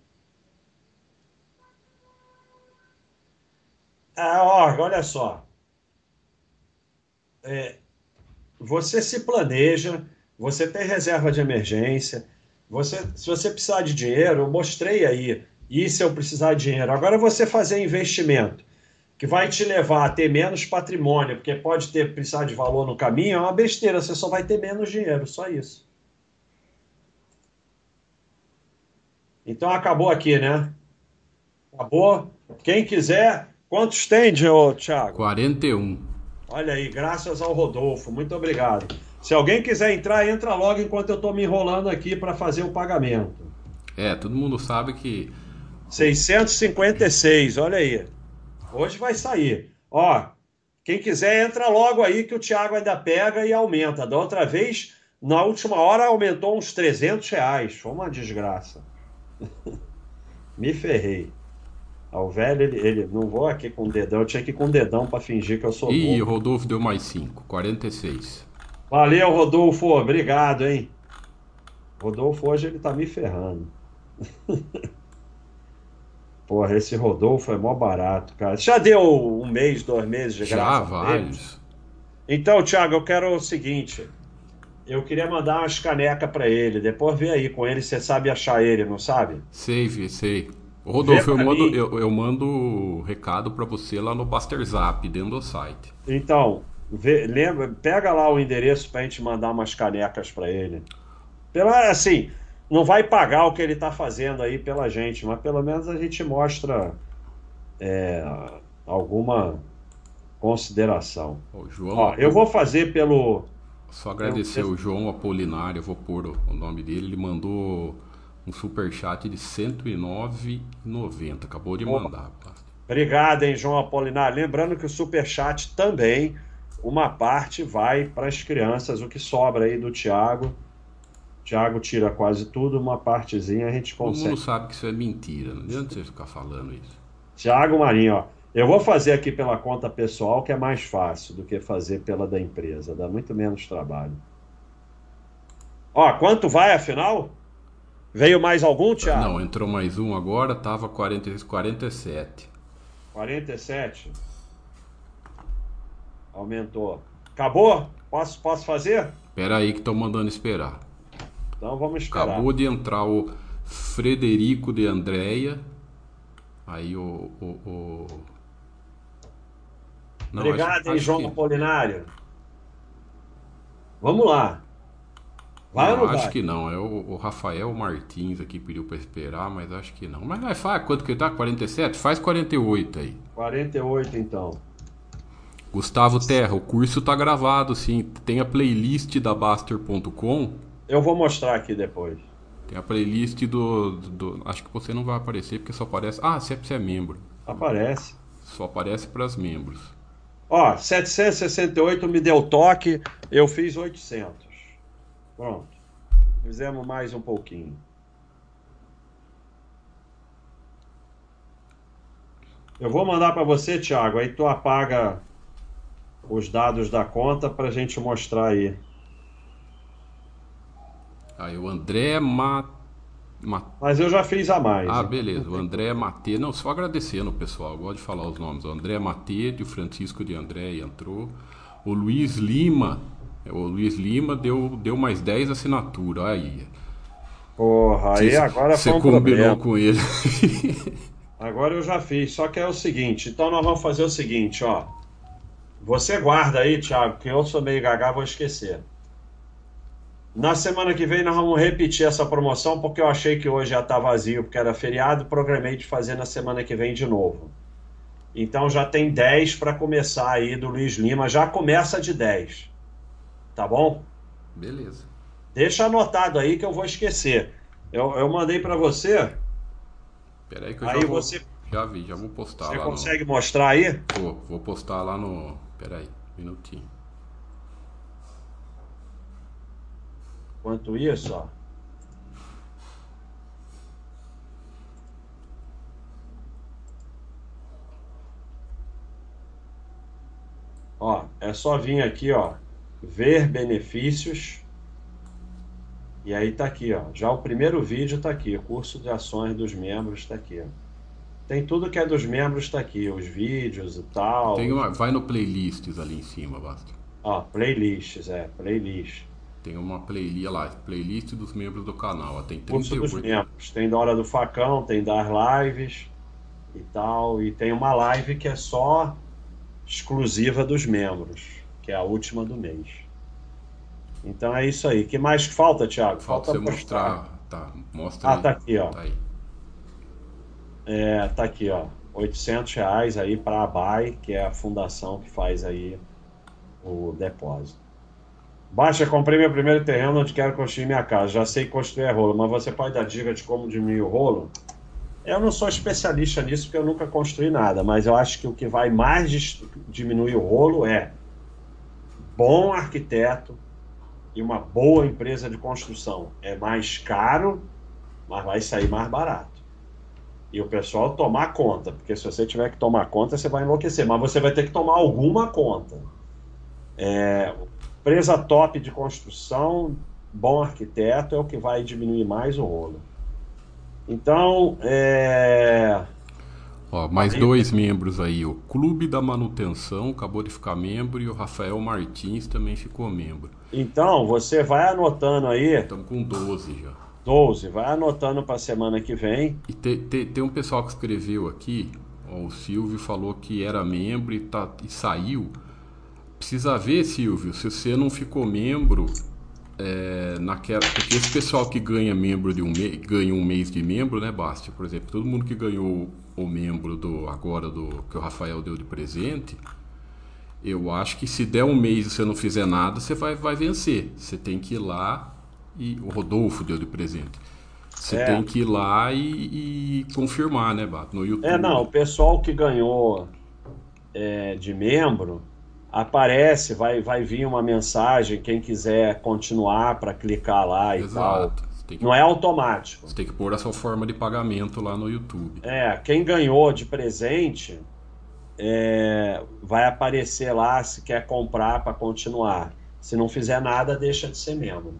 Ah, ó, olha só. Você se planeja, você tem reserva de emergência. Você, se você precisar de dinheiro, eu mostrei aí. E se eu precisar de dinheiro? Agora é você fazer investimento que vai te levar a ter menos patrimônio, porque pode ter precisar de valor no caminho, é uma besteira, você só vai ter menos dinheiro, só isso. Então acabou aqui, né? Acabou. Quem quiser, quantos tem, ô, Thiago? quarenta e um. Olha aí, graças ao Rodolfo, muito obrigado. Se alguém quiser entrar, entra logo enquanto eu estou me enrolando aqui para fazer o pagamento. É, todo mundo sabe que seiscentos e cinquenta e seis, olha aí. Hoje vai sair. Ó, quem quiser, entra logo aí que o Thiago ainda pega e aumenta. Da outra vez, na última hora, aumentou uns trezentos reais. Foi uma desgraça. Me ferrei. O velho, ele, ele, não vou aqui com o dedão, eu tinha que ir com o dedão para fingir que eu sou Ih, o burro. Rodolfo deu mais cinco, quarenta e seis. Valeu, Rodolfo, obrigado, hein? Rodolfo hoje ele tá me ferrando. Porra, esse Rodolfo é mó barato, cara. Já deu um mês, dois meses de Já graça pra ele? vários. Então, Thiago, eu quero o seguinte. Eu queria mandar umas canecas pra ele. Depois vê aí com ele, você sabe achar ele, não sabe? Sei, sei. Ô, Vê Rodolfo, eu pra mando, mim. eu, eu mando recado pra você lá no Buster Zap, dentro do site. Então, vê, lembra, pega lá o endereço pra gente mandar umas canecas pra ele. Pela, assim, não vai pagar o que ele tá fazendo aí pela gente, mas pelo menos a gente mostra é, alguma consideração. O João, Ó, eu Apo- vou fazer pelo, só pelo agradecer o João Apolinário, eu vou pôr o, o nome dele, ele mandou um superchat de cento e nove reais e noventa centavos, acabou de Pô, mandar. Tá? obrigado, hein, João Apolinar. Lembrando que o Superchat também, uma parte vai para as crianças, o que sobra aí do Tiago. Tiago tira quase tudo, uma partezinha a gente Todo mundo consegue. sabe que isso é mentira, não adianta você ficar falando isso. Tiago Marinho, ó, eu vou fazer aqui pela conta pessoal, que é mais fácil do que fazer pela da empresa, dá muito menos trabalho. Ó, quanto vai afinal? Veio mais algum, Não, Tiago? entrou mais um agora, tava quarenta, quarenta e sete. quarenta e sete. Aumentou. Acabou? Posso, posso fazer? Espera aí que estão mandando esperar. Então vamos esperar. Acabou de entrar o Frederico de Andréia. Aí o, o, o... Não, acho, Obrigado, hein, acho João que. Apolinário. Vamos lá. Vai ou Não, não acho vai? que não. É o, o Rafael Martins aqui pediu para esperar, mas acho que não. Mas vai, faz quanto que tá? quarenta e sete? Faz quarenta e oito aí. quarenta e oito, então. Gustavo Terra, o curso tá gravado, sim. Tem a playlist da Baster ponto com. Eu vou mostrar aqui depois. Tem a playlist do, do, do- Acho que você não vai aparecer porque só aparece. Ah, você é, você é membro. Aparece. Só aparece para os membros. Ó, setecentos e sessenta e oito me deu toque, eu fiz oitocentos. Pronto. Fizemos mais um pouquinho. Eu vou mandar para você, Thiago, aí tu apaga os dados da conta para a gente mostrar aí. Aí o André Ma... Ma... Mas eu já fiz a mais, Ah, então não beleza. O tem André problema. Matê. Não, só agradecendo o pessoal. Eu gosto de falar os nomes. O André Matê, o Francisco de André entrou. O Luiz Lima. O Luiz Lima deu, deu mais dez assinaturas. Aí. Porra, aí agora foi Você um combinou problema. com ele. Agora eu já fiz, só que é o seguinte, então nós vamos fazer o seguinte, ó. Você guarda aí, Thiago, que eu sou meio gaga, vou esquecer. Na semana que vem nós vamos repetir essa promoção, porque eu achei que hoje já tá vazio, porque era feriado, programei de fazer na semana que vem de novo. Então já tem dez para começar aí do Luiz Lima, já começa de dez, tá bom? Beleza. Deixa anotado aí que eu vou esquecer. Eu, eu mandei para você, Pera aí que eu já aí vou. você, Já vi, já vou postar você lá no. consegue mostrar aí? Vou, vou postar lá no. Pera aí, um minutinho. Enquanto isso, ó. Ó, é é só vir aqui, ó, ver benefícios. E aí tá aqui, ó. Já o primeiro vídeo tá aqui, o curso de ações dos membros tá aqui, ó. Tem tudo que é dos membros tá aqui, os vídeos e tal. Tem uma, vai no playlists ali em cima, basta. Ó, playlists, é, playlist. Tem uma playlist lá, playlist dos membros do canal, ó, tem Curso dos trinta e oito. membros. Tem da Hora do Facão, tem das lives e tal. E tem uma live que é só exclusiva dos membros, que é a última do mês. Então é isso aí. O que mais que falta, Thiago? Falta, Falta você mostrar. mostrar. Tá, mostra Ah, aí. tá aqui, ó. Tá aí. É, tá aqui, ó. oitocentos reais aí para a B A I, que é a fundação que faz aí o depósito. Baixa, comprei meu primeiro terreno onde quero construir minha casa. Já sei construir é rolo, mas você pode dar dica de como diminuir o rolo? Eu não sou especialista nisso porque eu nunca construí nada, mas eu acho que o que vai mais dis- diminuir o rolo é bom arquiteto e uma boa empresa de construção. É mais caro, mas vai sair mais barato. E o pessoal tomar conta, porque se você tiver que tomar conta, você vai enlouquecer, mas você vai ter que tomar alguma conta. É, empresa top de construção, bom arquiteto é o que vai diminuir mais o rolo. Então, é... Ó, mais dois membros aí, o Clube da Manutenção acabou de ficar membro e o Rafael Martins também ficou membro. então você vai anotando aí, Estamos com doze já. doze, vai anotando para a semana que vem. E te- te- tem um pessoal que escreveu aqui, ó, o Silvio falou que era membro e, tá, e saiu. Precisa ver, Silvio, se você não ficou membro é, naquela. Porque esse pessoal que ganha membro de um mês, ganha um mês de membro, né, Basti? Por exemplo, todo mundo que ganhou o membro do agora do que o Rafael deu de presente, eu acho que se der um mês e você não fizer nada, você vai, vai vencer. Você tem que ir lá e. O Rodolfo deu de presente. Você É. tem que ir lá e, e confirmar, né, Bato? No YouTube. É, não, o pessoal que ganhou é, de membro, aparece, vai, vai vir uma mensagem, quem quiser continuar para clicar lá e tal. Exato. Você tem que, Não é automático. você tem que pôr a sua forma de pagamento lá no YouTube. É, quem ganhou de presente é, vai aparecer lá se quer comprar para continuar. Se não fizer nada, deixa de ser membro.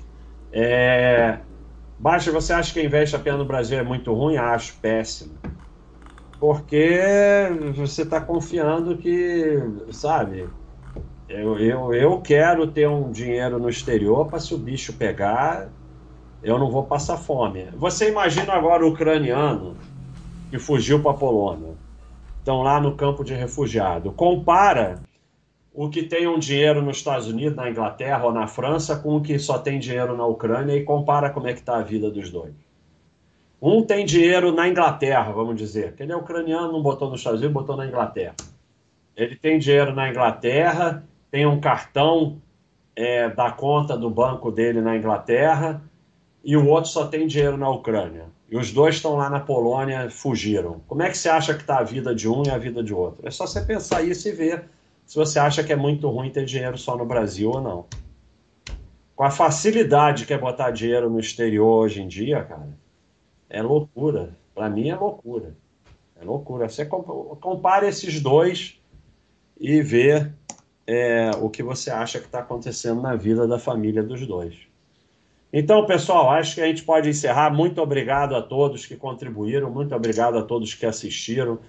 É, Baixa, você acha que investe apenas no Brasil é muito ruim? Acho péssimo. Porque você está confiando que, sabe, eu, eu, eu quero ter um dinheiro no exterior para se o bicho pegar, eu não vou passar fome. Você imagina agora o ucraniano que fugiu para a Polônia, estão lá no campo de refugiado. Compara o que tem um dinheiro nos Estados Unidos, na Inglaterra ou na França com o que só tem dinheiro na Ucrânia e compara como é que está a vida dos dois. Um tem dinheiro na Inglaterra, vamos dizer. Ele é ucraniano, não botou nos Estados Unidos, botou na Inglaterra. Ele tem dinheiro na Inglaterra, tem um cartão é, da conta do banco dele na Inglaterra, e o outro só tem dinheiro na Ucrânia. E os dois estão lá na Polônia, fugiram. Como é que você acha que está a vida de um e a vida de outro? É só você pensar isso e ver se você acha que é muito ruim ter dinheiro só no Brasil ou não. Com a facilidade que é botar dinheiro no exterior hoje em dia, cara, é loucura. Para mim é loucura. É loucura. Você compara esses dois e vê é, o que você acha que está acontecendo na vida da família dos dois. Então, pessoal, acho que a gente pode encerrar. Muito obrigado a todos que contribuíram. Muito obrigado a todos que assistiram.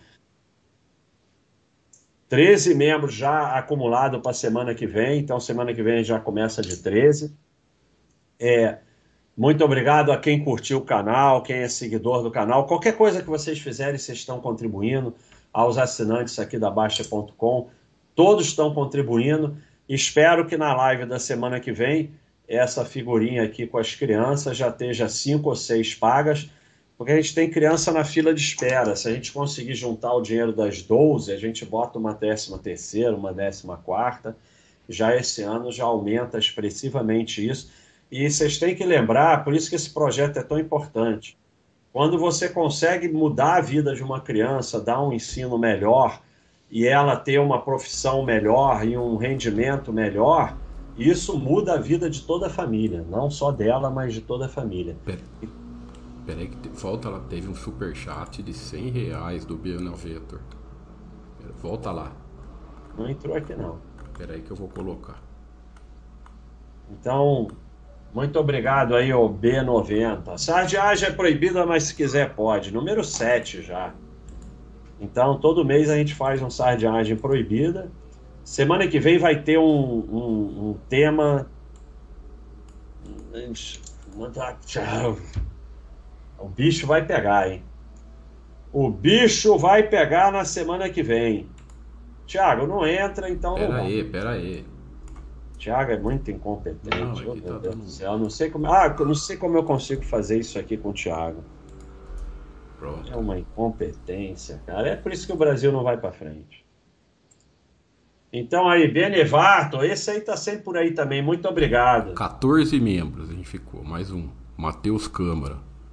treze membros já acumulados para a semana que vem. Então, semana que vem já começa de treze. É... Muito obrigado a quem curtiu o canal, quem é seguidor do canal. Qualquer coisa que vocês fizerem, vocês estão contribuindo. Aos assinantes aqui da Baixa ponto com, todos estão contribuindo. Espero que na live da semana que vem, essa figurinha aqui com as crianças já esteja cinco ou seis pagas, porque a gente tem criança na fila de espera. Se a gente conseguir juntar o dinheiro das doze, a gente bota uma décima terceira, uma décima quarta. Já esse ano já aumenta expressivamente isso. E vocês têm que lembrar, por isso que esse projeto é tão importante. Quando você consegue mudar a vida de uma criança, dar um ensino melhor, e ela ter uma profissão melhor e um rendimento melhor, isso muda a vida de toda a família. Não só dela, mas de toda a família. Pera, pera aí que te, volta lá, teve um superchat de cem reais do Bienal Vetor. Volta lá. Não entrou aqui não. Espera aí que eu vou colocar. Então, muito obrigado aí, o B noventa. Sardiagem é proibida, mas se quiser pode. Número sete já. Então, todo mês a gente faz um sardiagem proibida. Semana que vem vai ter um, um, um tema... O bicho vai pegar, hein? O bicho vai pegar na semana que vem. Tiago, não entra, então Pera não vai. aí, pera aí. Tiago é muito incompetente. Não, Oh, aqui meu tá Deus dando- do céu. Não sei como... Ah, eu não sei como eu consigo fazer isso aqui com o Tiago. É Pronto. uma incompetência, cara. É por isso que o Brasil não vai para frente. Então aí, Benevato, esse aí tá sempre por aí também. Muito obrigado. quatorze membros a gente ficou. Mais um. Matheus Câmara.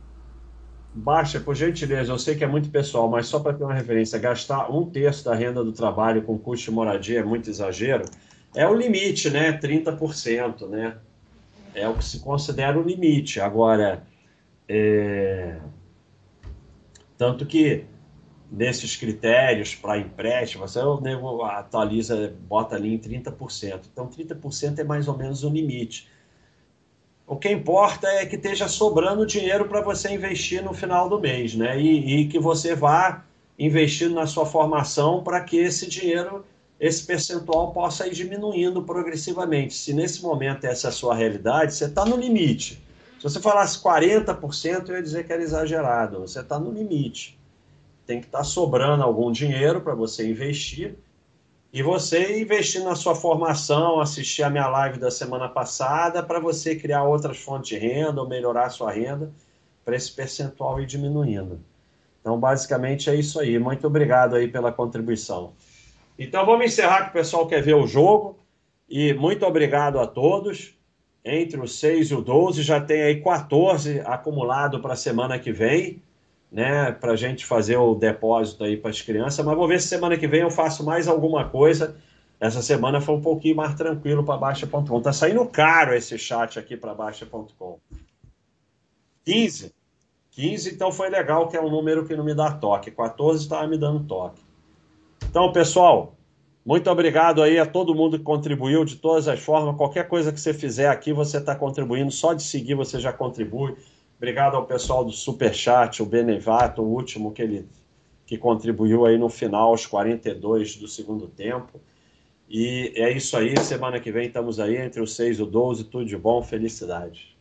Baixa, por gentileza, eu sei que é muito pessoal, mas só para ter uma referência, gastar um terço da renda do trabalho com custo de moradia é muito exagero. É o limite, né? trinta por cento, né? É o que se considera o limite. Agora, é... tanto que nesses critérios para empréstimo, você o nego atualiza, bota ali em trinta por cento. Então, trinta por cento é mais ou menos o limite. O que importa é que esteja sobrando dinheiro para você investir no final do mês, né? E, e que você vá investindo na sua formação para que esse dinheiro, esse percentual possa ir diminuindo progressivamente. Se nesse momento essa é a sua realidade, você está no limite. Se você falasse quarenta por cento, eu ia dizer que era exagerado. Você está no limite. Tem que estar sobrando algum dinheiro para você investir. E você investir na sua formação, assistir a minha live da semana passada para você criar outras fontes de renda ou melhorar a sua renda para esse percentual ir diminuindo. Então, basicamente é isso aí. Muito obrigado aí pela contribuição. Então, vamos encerrar que o pessoal quer ver o jogo. E muito obrigado a todos. Entre o seis e o doze, já tem aí quatorze acumulado para a semana que vem, né, para a gente fazer o depósito aí para as crianças, mas vou ver se semana que vem eu faço mais alguma coisa. Essa semana foi um pouquinho mais tranquilo para Baixa ponto com. Tá saindo caro esse chat aqui para Baixa ponto com. quinze? quinze, então foi legal, que é um número que não me dá toque. quatorze estava me dando toque. Então, pessoal, muito obrigado aí a todo mundo que contribuiu de todas as formas. Qualquer coisa que você fizer aqui, você está contribuindo. Só de seguir você já contribui. Obrigado ao pessoal do Superchat, o Benevato, o último que ele que contribuiu aí no final, aos quarenta e dois do segundo tempo. E é isso aí, semana que vem estamos aí entre o seis e o doze, tudo de bom, felicidade.